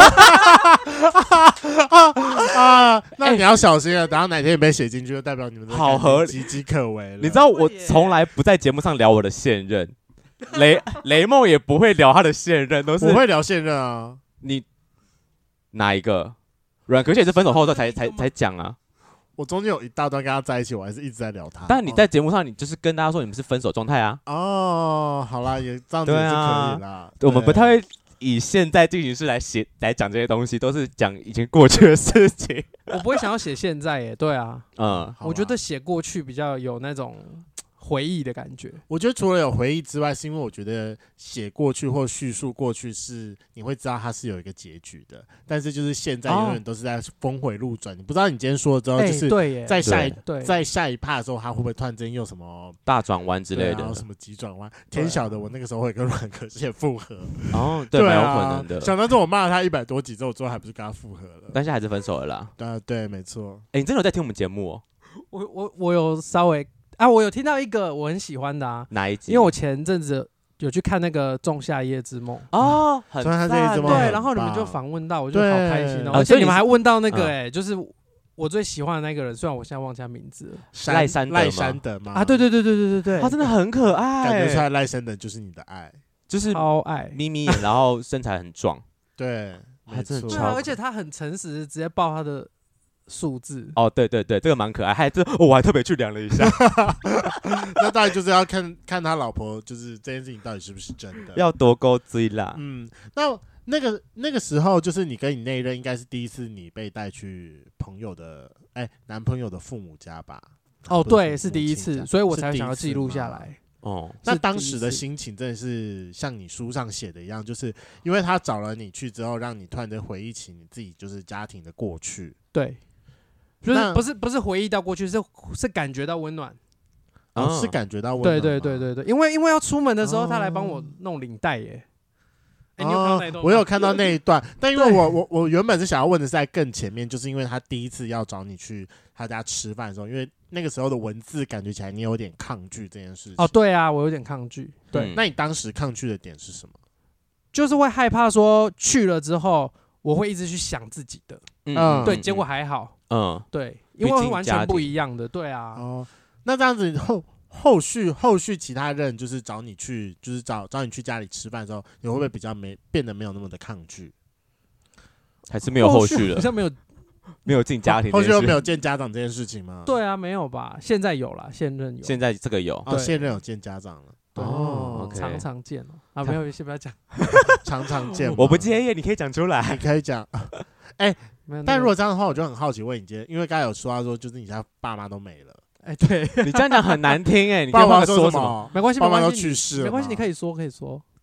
那你要小心了，等到哪天你被写进去，就代表你们的好合理， 岌岌可危了。 你知道我从来不在节目上聊我的现任，雷梦也不会聊他的现任，都是我会聊现任啊。 你哪一个？阮可是也是分手后才讲啊。 我中间有一大段跟他在一起，我还是一直在聊他。 但你在节目上，你就是跟大家说你们是分手状态啊。 哦，好啦，也这样子也是可以啦。 我们不太会以现在进行式来讲这些东西，都是讲已经过去的事情。 我不会想要写现在耶，对啊，我觉得写过去比较有那种回忆的感觉。 我觉得除了有回忆之外，是因为我觉得写过去或叙述过去是你会知道它是有一个结局的，但是就是现在永远都是在峰回路转，你不知道你今天说了之后，就是在下一趴的时候，他会不会突然间又什么大转弯之类的， 然后什么急转弯？天晓得，我那个时候会跟阮可谢复合。 对，蛮有可能的。 想当初我骂了他100多集之后，最后还不是跟他复合了？ 但是还是分手了啦。 对，没错。 你真的有在听我们节目哦？ 我有稍微。我有听到一个我很喜欢的啊， 哪一集？ 因为我前阵子有去看那个《仲夏夜之梦》 哦，很赞，对， 然后你们就访问到，我就好开心哦，而且你们还问到那个就是我最喜欢的那个人，虽然我现在忘记他名字了， 赖山德吗？ 对， 他真的很可爱， 感觉出来赖山德就是你的爱， 就是超爱， 眯眯眼，然后身材很壮， 对， 他真的超，而且他很诚实，直接报他的数字。 对，这个蛮可爱，我还特别去量了一下。 那当然就是要看他老婆，就是这件事情到底是不是真的， 要多勾追啦。 那个时候，就是你跟你那一任应该是第一次你被带去男朋友的父母家吧？ 对，是第一次，所以我才想要记录下来。 那当时的心情真的是像你书上写的一样，就是因为他找了你去之后，让你突然间回忆起你自己就是家庭的过去。 对。就是不是回忆到过去，是感觉到温暖， 是感觉到温暖。 对，因为要出门的时候，他来帮我弄领带耶。你有看到那一段吗？ 我有看到那一段，但因为我原本是想要问的是在更前面，就是因为他第一次要找你去他家吃饭的时候，因为那个时候的文字感觉起来你有点抗拒这件事情。 对啊，我有点抗拒。对， 那你当时抗拒的点是什么？ 就是会害怕说去了之后，我会一直去想自己的。对，结果还好。对，因为完全不一样的，对啊。 那这样子后续其他人就是找你去，就是找你去家里吃饭的时候，你会不会比较变得没有那么的抗拒？ 还是没有后续了？ 好像没有进家庭， 后续又没有见家长这件事情吗？ 对啊，没有吧？现在有啦，现任有。 现在这个有现任有见家长了。 常见没有，先不要讲。 常见， 我不介意，你可以讲出来， 你可以讲。但如果这样的话，我就很好奇问你，因为刚才有说到说，就是你家爸妈都没了。 对你这样讲很难听你爸妈说什么？ 没关系， 爸妈都去世了， 没关系，你可以说。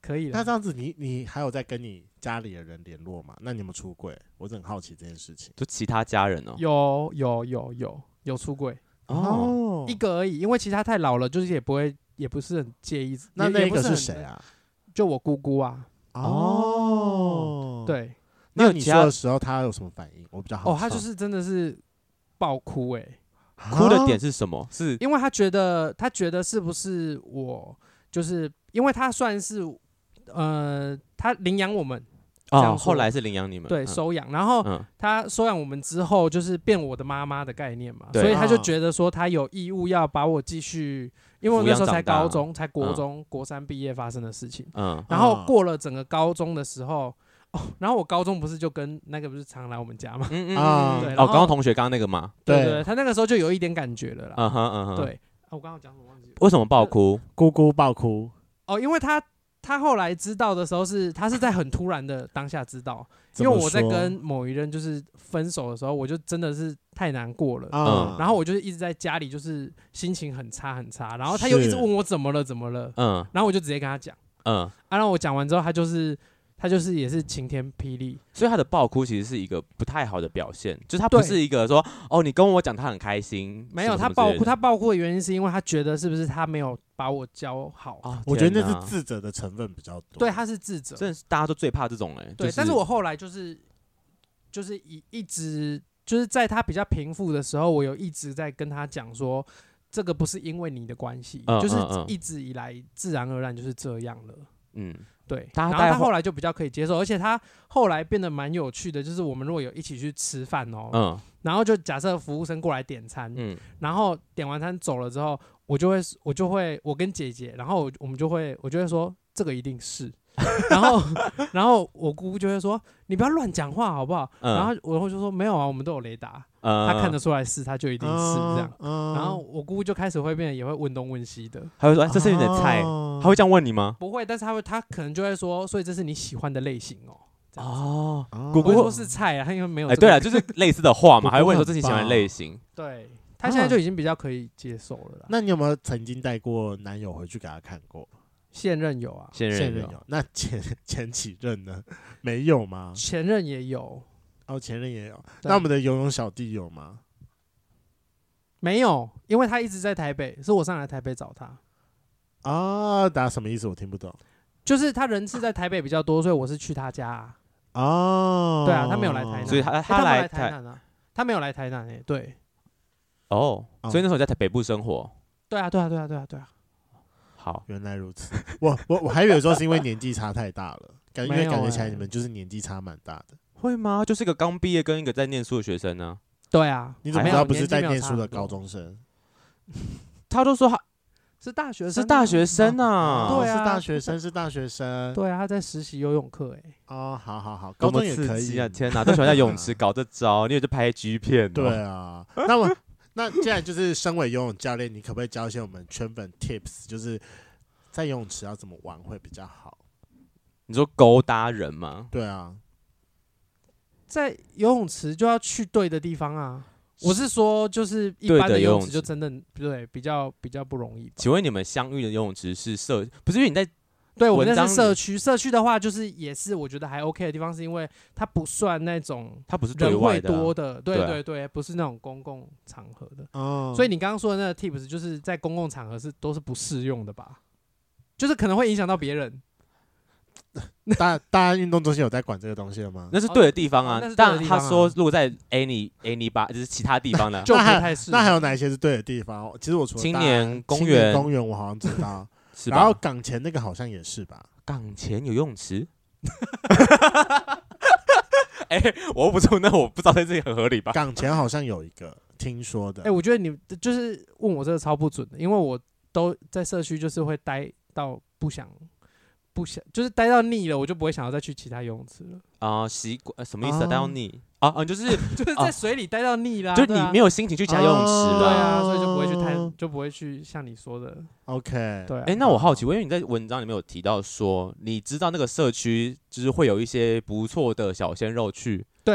可以了。 那这样子你还有在跟你家里的人联络吗？那你有没有出柜？我很好奇这件事情。 就其他家人哦， 有出柜哦， 一个而已，因为其他太老了，就是也不是很介意。 那个是谁啊？ 就我姑姑啊。 哦， 对。 那你说的时候，他有什么反应？我比较好奇。 他就是真的是爆哭哭的点是什么？是因为他觉得是不是我，就是因为他算是他领养我们。 后来是领养你们， 对，收养，然后他收养我们之后，就是变我的妈妈的概念嘛，所以他就觉得说他有义务要把我继续，因为我那时候才高中，才国中，国3毕业发生的事情，然后过了整个高中的时候，然后我高中不是就跟那个不是常来我们家嘛，对， 高中同学刚刚那个嘛， 对，他那个时候就有一点感觉了啦，对，我刚刚讲什么忘记了？ 为什么爆哭？ 姑姑爆哭？ 因为他后来知道的时候他是在很突然的当下知道，因为我在跟某一任就是分手的时候，我就真的是太难过了，然后我就是一直在家里就是心情很差很差，然后他又一直问我怎么了，然后我就直接跟他讲，然后我讲完之后，他就是也是晴天霹雳， 所以他的爆哭其实是一个不太好的表现，就是他不是一个说你跟我讲他很开心， 没有，他爆哭的原因是因为他觉得是不是他没有把我教好我觉得那是自责的成分比较多， 对，他是自责， 真的是大家都最怕这种对，但是我后来就是一直就是在他比较平复的时候，我有一直在跟他讲说，这个不是因为你的关系，就是一直以来自然而然就是这样了，对，然后他后来就比较可以接受，而且他后来变得蛮有趣的，就是我们如果有一起去吃饭然后就假设服务生过来点餐，然后点完餐走了之后，我跟姐姐，然后我就会说这个一定是，然后我姑姑就会说你不要乱讲话好不好？然后我就说没有啊，我们都有雷达，他看得出来是，他就一定是这样。然后我姑姑就开始会变得也会问东问西的， 他会说这是你的菜，他会这样问你吗？ 不会，但是他可能就会说，所以这是你喜欢的类型姑姑说是菜啊，他因为没有对啊，就是类似的话嘛，还会问说这是你喜欢的类型。 对，他现在就已经比较可以接受了啦。 那你有没有曾经带过男友回去给他看过？ 现任有啊， 现任有。 那前几任呢？没有吗？ 前任也有。 前任也有。那我们的游泳小弟有吗？ 没有，因为他一直在台北，是我上来台北找他。 打什么意思？我听不懂。 就是他人是在台北比较多，所以我是去他家。对啊，他没有来台南， 所以他来台南啊，他没有来台南对。 所以那时候在北部生活。 对啊。 好， 原来如此。我还以为说是因为年纪差太大了，因为感觉起来你们就是年纪差蛮大的。 会吗？就是一个刚毕业跟一个在念书的学生呢。 对啊， 你怎么知道不是在念书的高中生？ 他都说他是大学生， 是大学生啊。 对啊， 是大学生。 对啊，他在实习游泳课好，高中也可以啊！天哪，都喜欢在泳池搞这招，你以为就拍 G 片？ 对啊，那既然就是身为游泳教练，你可不可以教一些我们圈粉 tips， 就是在游泳池要怎么玩会比较好？ 你说勾搭人吗？ 对啊， 在游泳池就要去对的地方啊。我是说，就是一般的游泳池就真的对比较不容易。 请问你们相遇的游泳池是不是因为你在？ 对，我们那是社区。社区的话，就是也是我觉得还 OK 的地方，是因为它不算那种它不是对外的人会多的，对，不是那种公共场合的。所以你刚刚说的那个 tips 就是在公共场合都是不适用的吧？就是可能会影响到别人。 大安运动中心有在管这个东西了吗？ 那是对的地方啊。但他说如果在 any 吧，就是其他地方呢， 就不太适。 那还有哪一些是对的地方？其实我除了青年公园我好像知道。然后港前那个好像也是吧？ 港前有游泳池？我又不住，那我不知道在这里很合理吧？ 港前好像有一个听说的。 我觉得你就是问我这个超不准的，因为我都在社区，就是会待到不想，就是待到腻了，我就不会想要再去其他游泳池了。 习惯什么意思？待到腻就是在水里待到腻啦， 就你没有心情去其他游泳池了， 对啊，所以就不会去像你说的。 OK， 对。 那我好奇，因为你在文章里面有提到说，你知道那个社区就是会有一些不错的小鲜肉去。 对。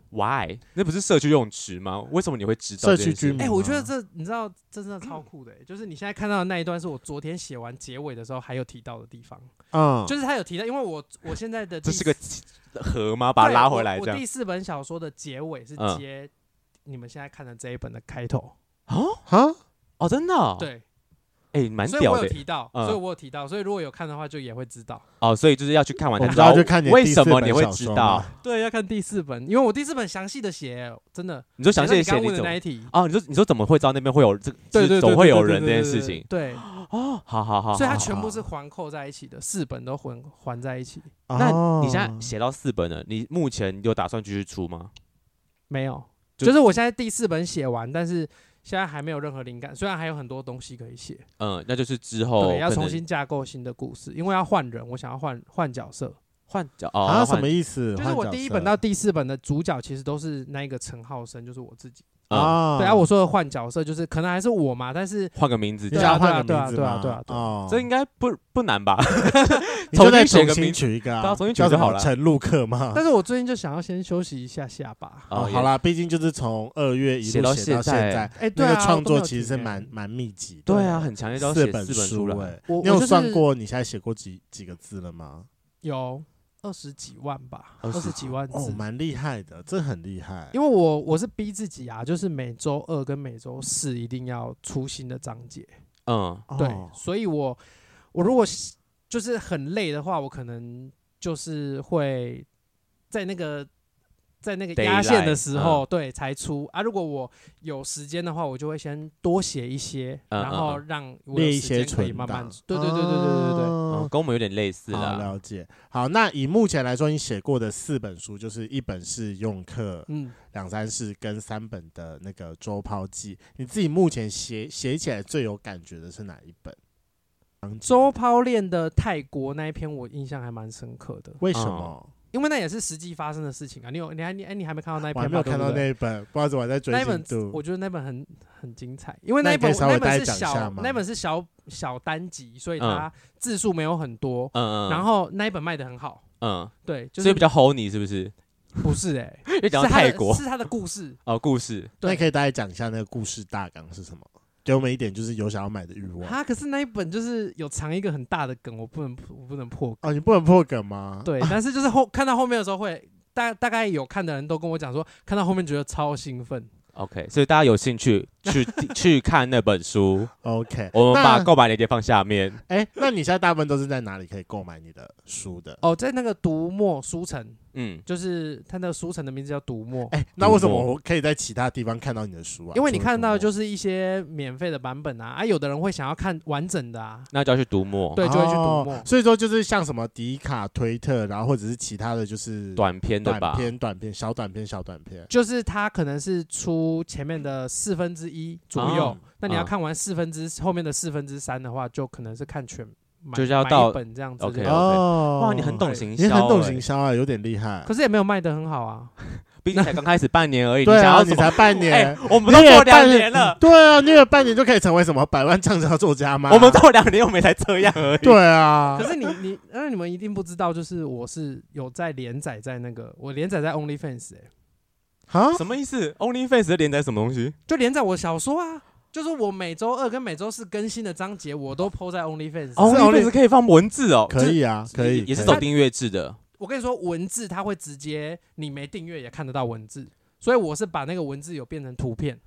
？Why？ 那不是社区用池吗？为什么你会知道社区居民？ 我觉得你知道这真的超酷的，就是你现在看到的那一段是我昨天写完结尾的时候还有提到的地方。就是他有提到，因为我现在的这是个河吗？把它拉回来这样。 我第4本小说的结尾是接你们现在看的这一本的开头。 哦，真的哦？ 对。 蛮屌的。所以我有提到，所以如果有看的话，就也会知道。 所以就是要去看完才知道。 为什么你会知道？ 对，要看第4本，因为我第4本详细的写，真的。 你说详细的写你怎么？你说怎么会知道那边会有这个？对，总会有人这件事情。 对。 好。 所以它全部是环扣在一起的，4本都环在一起。 那你现在写到4本了，你目前有打算继续出吗？ 没有，就是我现在第4本写完，但是。现在还没有任何灵感，虽然还有很多东西可以写。 那就是之后对要重新架构新的故事，因为要换人，我想要换角色。 什么意思？ 就是我第1本到第4本的主角其实都是那一个陈浩生，就是我自己。对我说的换角色就是可能还是我嘛，但是换个名字。 对啊， 这应该不难吧？ 你就再重新取一个重新取就好了。 陈陆克嘛。 但是我最近就想要先休息一下吧。 好啦，毕竟就是从2月一路写到现在，那个创作其实是蛮密集的。 对啊，很强烈，都要写4本书了。 你有算过你现在写过几个字了吗？ 有。20几万吧，20几万字， 蛮厉害的，这很厉害。 因为我是逼自己啊，就是每周2跟每周4一定要出新的章节。对，所以我如果就是很累的话，我可能就是会在那个压线的时候，对才出啊。如果我有时间的话，我就会先多写一些，然后让我有时间可以慢慢。对， 跟我们有点类似啦。 了解。好，那以目前来说，你写过的4本书，就是1本是用课2、3事跟3本的那个周抛记，你自己目前写起来最有感觉的是哪一本？ 周抛练的泰国那一篇，我印象还蛮深刻的。 为什么？ 因为那也是实际发生的事情啊！你还没看到那一篇吗？ 我还没有看到那一本，不知道怎么在追进度。 我觉得那本很精彩，因为那本是小单集，所以它字数没有很多。然后那一本卖得很好。对，就是所以比较 hold 你是不是？ 不是因为讲到泰国是他的故事故事。 那你可以大概讲一下那个故事大纲是什么？给我们一点就是有想要买的欲望。 可是那一本就是有藏一个很大的梗，我不能破梗。 你不能破梗吗？ 对，但是就是看到后面的时候会，大概有看的人都跟我讲说，看到后面觉得超兴奋。 OK， 所以大家有兴趣去看那本书。 OK， 我们把购买链接放下面。 那你现在大部分都是在哪里可以购买你的书的？ 在那个读墨书城。就是它那个书城的名字叫读墨。 那为什么我可以在其他地方看到你的书啊？ 因为你看到的就是一些免费的版本啊，有的人会想要看完整的啊， 那就要去读墨。 对，就会去读墨。 所以说就是像什么迪卡、推特，然后或者是其他的就是短篇的吧， 小短篇， 就是它可能是出前面的1/4左右，那你要看完后面的3/4的话，就可能是看全。 就是要到一本这样子。 OK， 哇，你很懂行销， 你很懂行销啊，有点厉害。 可是也没有卖得很好啊， 毕竟才刚开始半年而已。 对啊，你才半年， 我们都做2年了。 对啊，你有半年就可以成为什么100万畅销作家吗？ 我们做2年，我们才这样而已。 对啊， 可是你们一定不知道，就是我是有在连载在我连载在 OnlyFans 什么意思 ？OnlyFans 的连载什么东西？ 就连载我小说啊。就是我每周2跟每周4更新的章节，我都 po 在 OnlyFans。OnlyFans 可以放文字哦， 可以啊，可以， 也是走订阅制的。 我跟你说，文字它会直接，你没订阅也看得到文字，所以我是把那个文字有变成图片。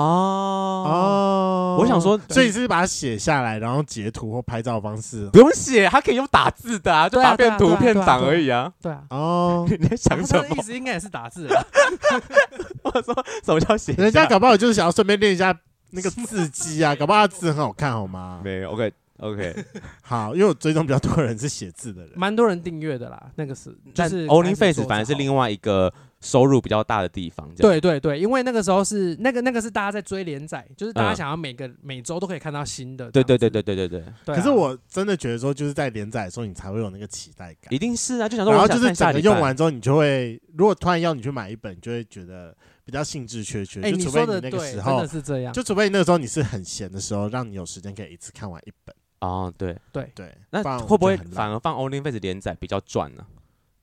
我想说， 所以是把它写下来，然后截图或拍照方式。 不用写，它可以用打字的啊，就把它变图片档而已啊。 对啊。 你在想什么？ 他的意思应该也是打字的。 我说什么叫写？ 人家搞不好就是想要顺便练一下。那个字迹啊，搞不好字很好看，好吗？ 没有 ，OK， 好，因为我追踪比较多人是写字的人， 蛮多人订阅的啦。那个是，就是 OnlyFans 反而是另外一个收入比较大的地方。 对，因为那个时候是那个是大家在追连载，就是大家想要每周都可以看到新的。 对。 可是我真的觉得说，就是在连载的时候，你才会有那个期待感。 一定是啊，就想说， 然后就是整个用完之后，你就会，如果突然要你去买一本，你就会觉得。比较兴致缺缺，就除非你那个时候真的是这样， 就除非你那个时候你是很闲的时候，让你有时间可以一次看完1本。 对， 对， 那会不会反而放 OnlyFans 连载比较赚呢？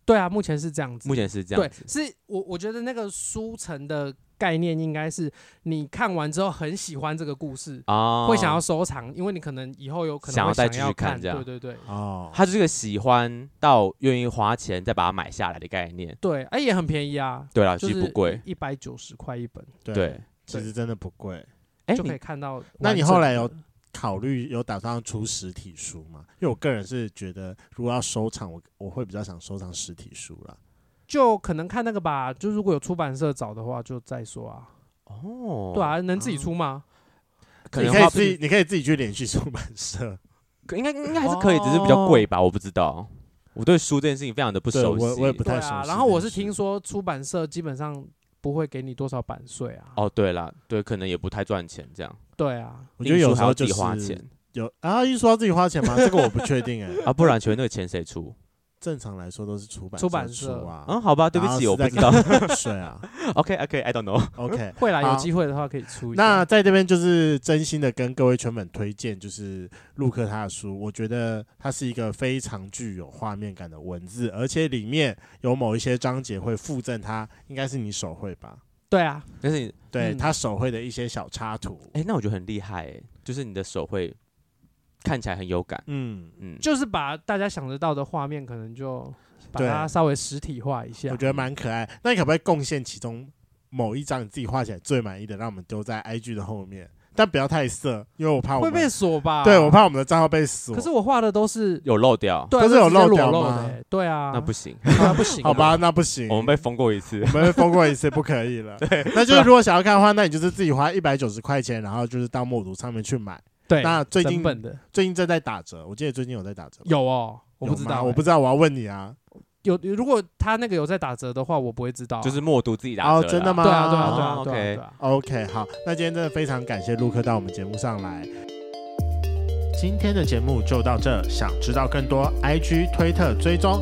对啊，目前是这样子。 目前是这样子。 对，是我觉得那个书城的概念应该是你看完之后很喜欢这个故事，会想要收藏，因为你可能以后有可能想要再继续看这样。 对对对。 它就是个喜欢到愿意花钱再把它买下来的概念。 对，也很便宜啊。 对啦，其实不贵 ，190块一本。 对， 其实真的不贵。 就可以看到。 那你后来有考虑有打算出实体书吗？因为我个人是觉得，如果要收藏，我会比较想收藏实体书啦。 就可能看那个吧，就如果有出版社找的话，就再说啊。对啊，能自己出吗？ 你可以自己去联系出版社， 应该还是可以，只是比较贵吧，我不知道。我对书这件事情非常的不熟悉， 我也不太熟悉。 然后我是听说出版社基本上不会给你多少版税啊。 对啦，对，可能也不太赚钱这样。 对啊， 我觉得有时候就是自己花钱。 印书要自己花钱吗？这个我不确定不然请问那个钱谁出？ 正常来说都是出版社啊。 好吧，对不起，我不知道。 税啊。 OK，I don't know。 OK， 会啦，有机会的话可以出一下。 那在这边就是真心的跟各位圈粉推荐，就是陆克他的书，我觉得它是一个非常具有画面感的文字，而且里面有某一些章节会附赠它，应该是你手绘吧？ 对啊， 但是对他手绘的一些小插图。 那我觉得很厉害就是你的手绘看起来很有感。 就是把大家想得到的画面，可能就把它稍微实体化一下。 我觉得蛮可爱。那你可不可以贡献其中某一张你自己画起来最满意的，让我们丢在 IG 的后面？但不要太色，因为我怕我们会被锁吧？ 对，我怕我们的账号被锁。 可是我画的都是有漏掉， 对， 都是有漏掉吗？ 对啊， 那不行， 不行。 好吧，那不行。 我们被封过一次， 不可以了。对，那就是如果想要看的话，那你就是自己花190块钱，然后就是到默读上面去买。 对， 那最近正在打折，我记得最近有在打折。 有哦，我不知道， 我要问你啊。 如果他那个有在打折的话，我不会知道。 就是默读自己打折。 真的吗？ 对啊。 OK， 好，那今天真的非常感谢陆克到我们节目上来。今天的节目就到这，想知道更多 IG 推特追踪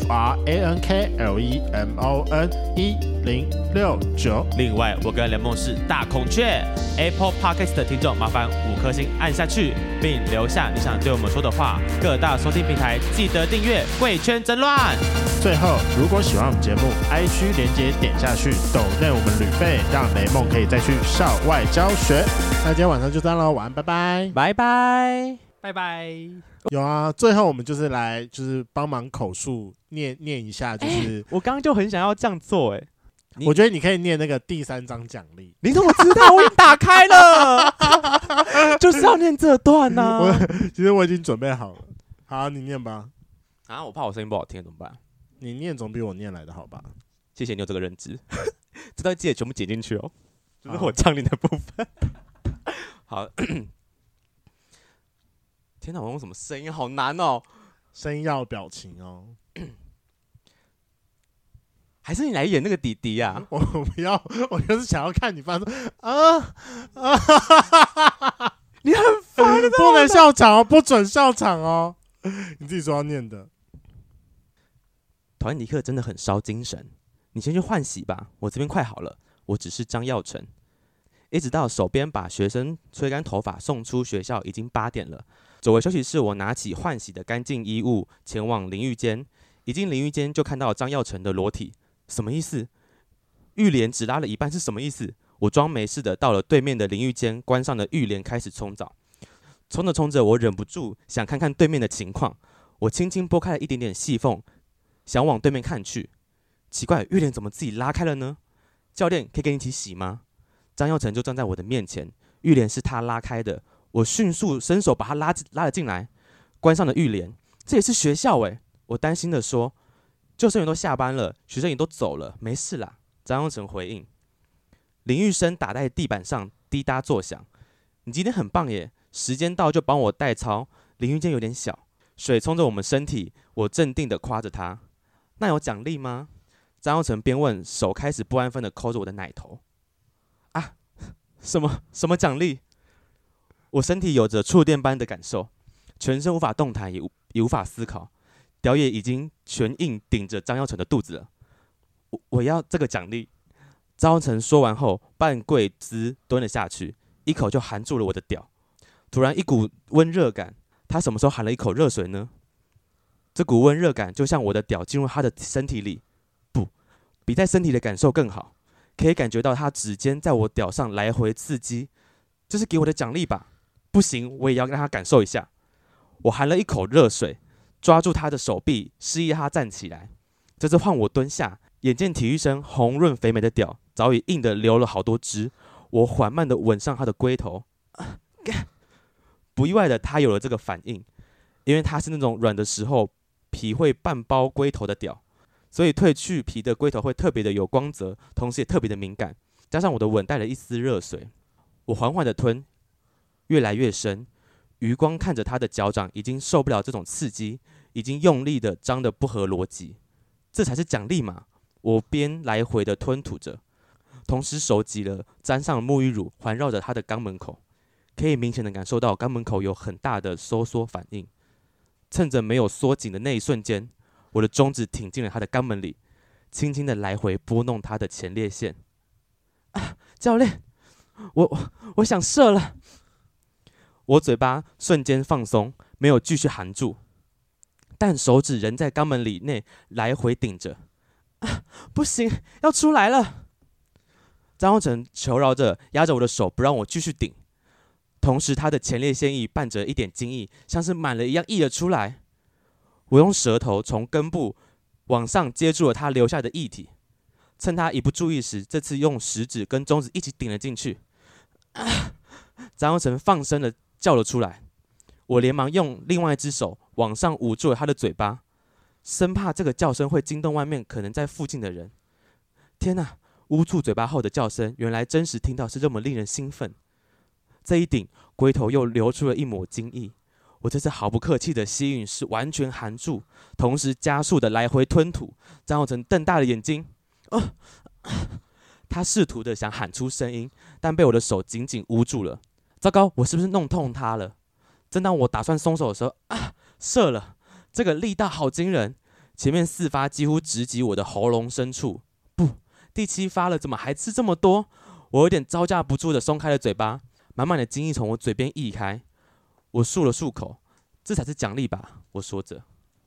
FRANKLEMON1069。 另外我跟雷梦是大孔雀 Apple Podcast 的听众，麻烦5颗星按下去，并留下你想对我们说的话。各大收听平台记得订阅贵圈争乱。 最后，如果喜欢我们节目 IG 连结点下去，抖内我们旅费，让雷梦可以再去校外教学。那今天晚上就这样咯，晚安，拜拜， 拜拜。 拜拜。 有啊，最后我们就是来帮忙口述念一下， 我刚刚就很想要这样做我觉得你可以念那个第3章奖励。 你怎么知道？我已经打开了，就是要念这段啊。 其实我已经准备好了。好，你念吧。 我怕我声音不好听怎么办？ 你念总比我念来的好吧？ 谢谢你有这个认知，这段记得全部剪进去哦，就是我唱念的部分。好。天哪，我用什么声音？好难哦！ 声音要有表情哦。 还是你来演那个弟弟啊？ 我不要，我就是想要看你发出你很烦， 不能笑场哦，不准笑场哦。你自己说要念的。 讨厌尼克真的很烧精神，你先去换洗吧，我这边快好了。我只是张耀成。一直到手边把学生吹干头发送出学校，已经8点了。走回休息室，我拿起换洗的干净衣物，前往淋浴间。一进淋浴间，就看到张耀成的裸体，什么意思？浴帘只拉了一半是什么意思？我装没事的到了对面的淋浴间，关上了浴帘，开始冲澡。冲着冲着，我忍不住想看看对面的情况。我轻轻拨开了一点点细缝，想往对面看去。奇怪，浴帘怎么自己拉开了呢？教练，可以跟你一起洗吗？张耀成就站在我的面前，浴帘是他拉开的。我迅速伸手把他拉了进来，关上了浴帘。这也是学校我担心的说。救生员都下班了，学生也都走了，没事啦。张耀成回应。淋浴声打在地板上滴答作响。你今天很棒耶，时间到就帮我代操。淋浴间有点小，水冲着我们身体，我镇定的夸着他。那有奖励吗？张耀成边问，手开始不安分的抠着我的奶头。什么奖励？我身体有着触电般的感受，全身无法动弹，也无法思考。屌也已经全硬顶着张耀成的肚子了。我要这个奖励。张耀成说完后，半跪姿蹲了下去，一口就含住了我的屌。突然一股温热感，他什么时候含了一口热水呢？ 这股温热感就像我的屌进入他的身体里，不，比在身体的感受更好，可以感觉到他指尖在我屌上来回刺激，这是给我的奖励吧？不行，我也要让他感受一下。我含了一口热水，抓住他的手臂，示意他站起来。这次换我蹲下，眼见体育生红润肥美的屌早已硬得流了好多汁，我缓慢地吻上他的龟头。不意外的，他有了这个反应，因为他是那种软的时候皮会半包龟头的屌，所以褪去皮的龟头会特别的有光泽，同时也特别的敏感。加上我的吻带了一丝热水，我缓缓的吞，越来越深，余光看着他的脚掌已经受不了这种刺激，已经用力的张得不合逻辑。这才是奖励嘛！我边来回的吞吐着，同时手挤了沾上了沐浴乳，环绕着他的肛门口，可以明显的感受到肛门口有很大的收缩反应。趁着没有缩紧的那一瞬间，我的中指挺进了他的肛门里，轻轻的来回拨弄他的前列腺。教练，我想射了。我嘴巴瞬间放松，没有继续含住，但手指仍在肛门里内来回顶着。不行，要出来了！张宏成求饶着压着我的手，不让我继续顶。同时，他的前列腺液伴着一点精液，像是满了一样溢了出来。我用舌头从根部往上接住了他留下的液体，趁他一不注意时，这次用食指跟中指一起顶了进去。张宏成放声的叫了出来，我连忙用另外一只手往上捂住了他的嘴巴，生怕这个叫声会惊动外面可能在附近的人。天哪！捂住嘴巴后的叫声，原来真实听到是这么令人兴奋。这一顶，龟头又流出了一抹精液。我这次毫不客气的吸吮是完全含住，同时加速的来回吞吐。张浩成瞪大了眼睛，他试图的想喊出声音，但被我的手紧紧捂住了。糟糕，我是不是弄痛他了？正当我打算松手的时候，射了！这个力道好惊人，前面4发几乎直击我的喉咙深处。不，第7发了，怎么还吃这么多？我有点招架不住的松开了嘴巴，满满的精液从我嘴边溢开。我漱了漱口，这才是奖励吧？我说着。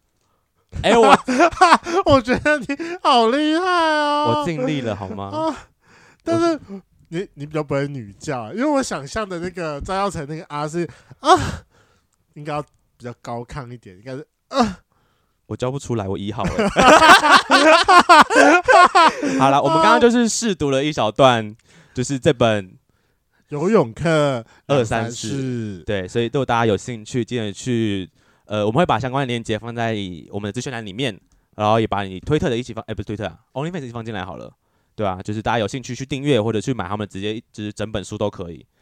我觉得你好厉害哦！ 我尽力了，好吗？ 但是你比较不会女叫，因为我想象的那个张耀成那个是应该要比较高亢一点，应该是我叫不出来，我医好了。好了，我们刚刚就是试读了一小段，就是这本游泳课 234，对，所以如果大家有兴趣，记得去我们会把相关的链接放在我们的资讯栏里面，然后也把你推特的一起放，不是推特啊 ，OnlyFans 一起放进来好了，对啊，就是大家有兴趣去订阅或者去买他们直接就是整本书都可以。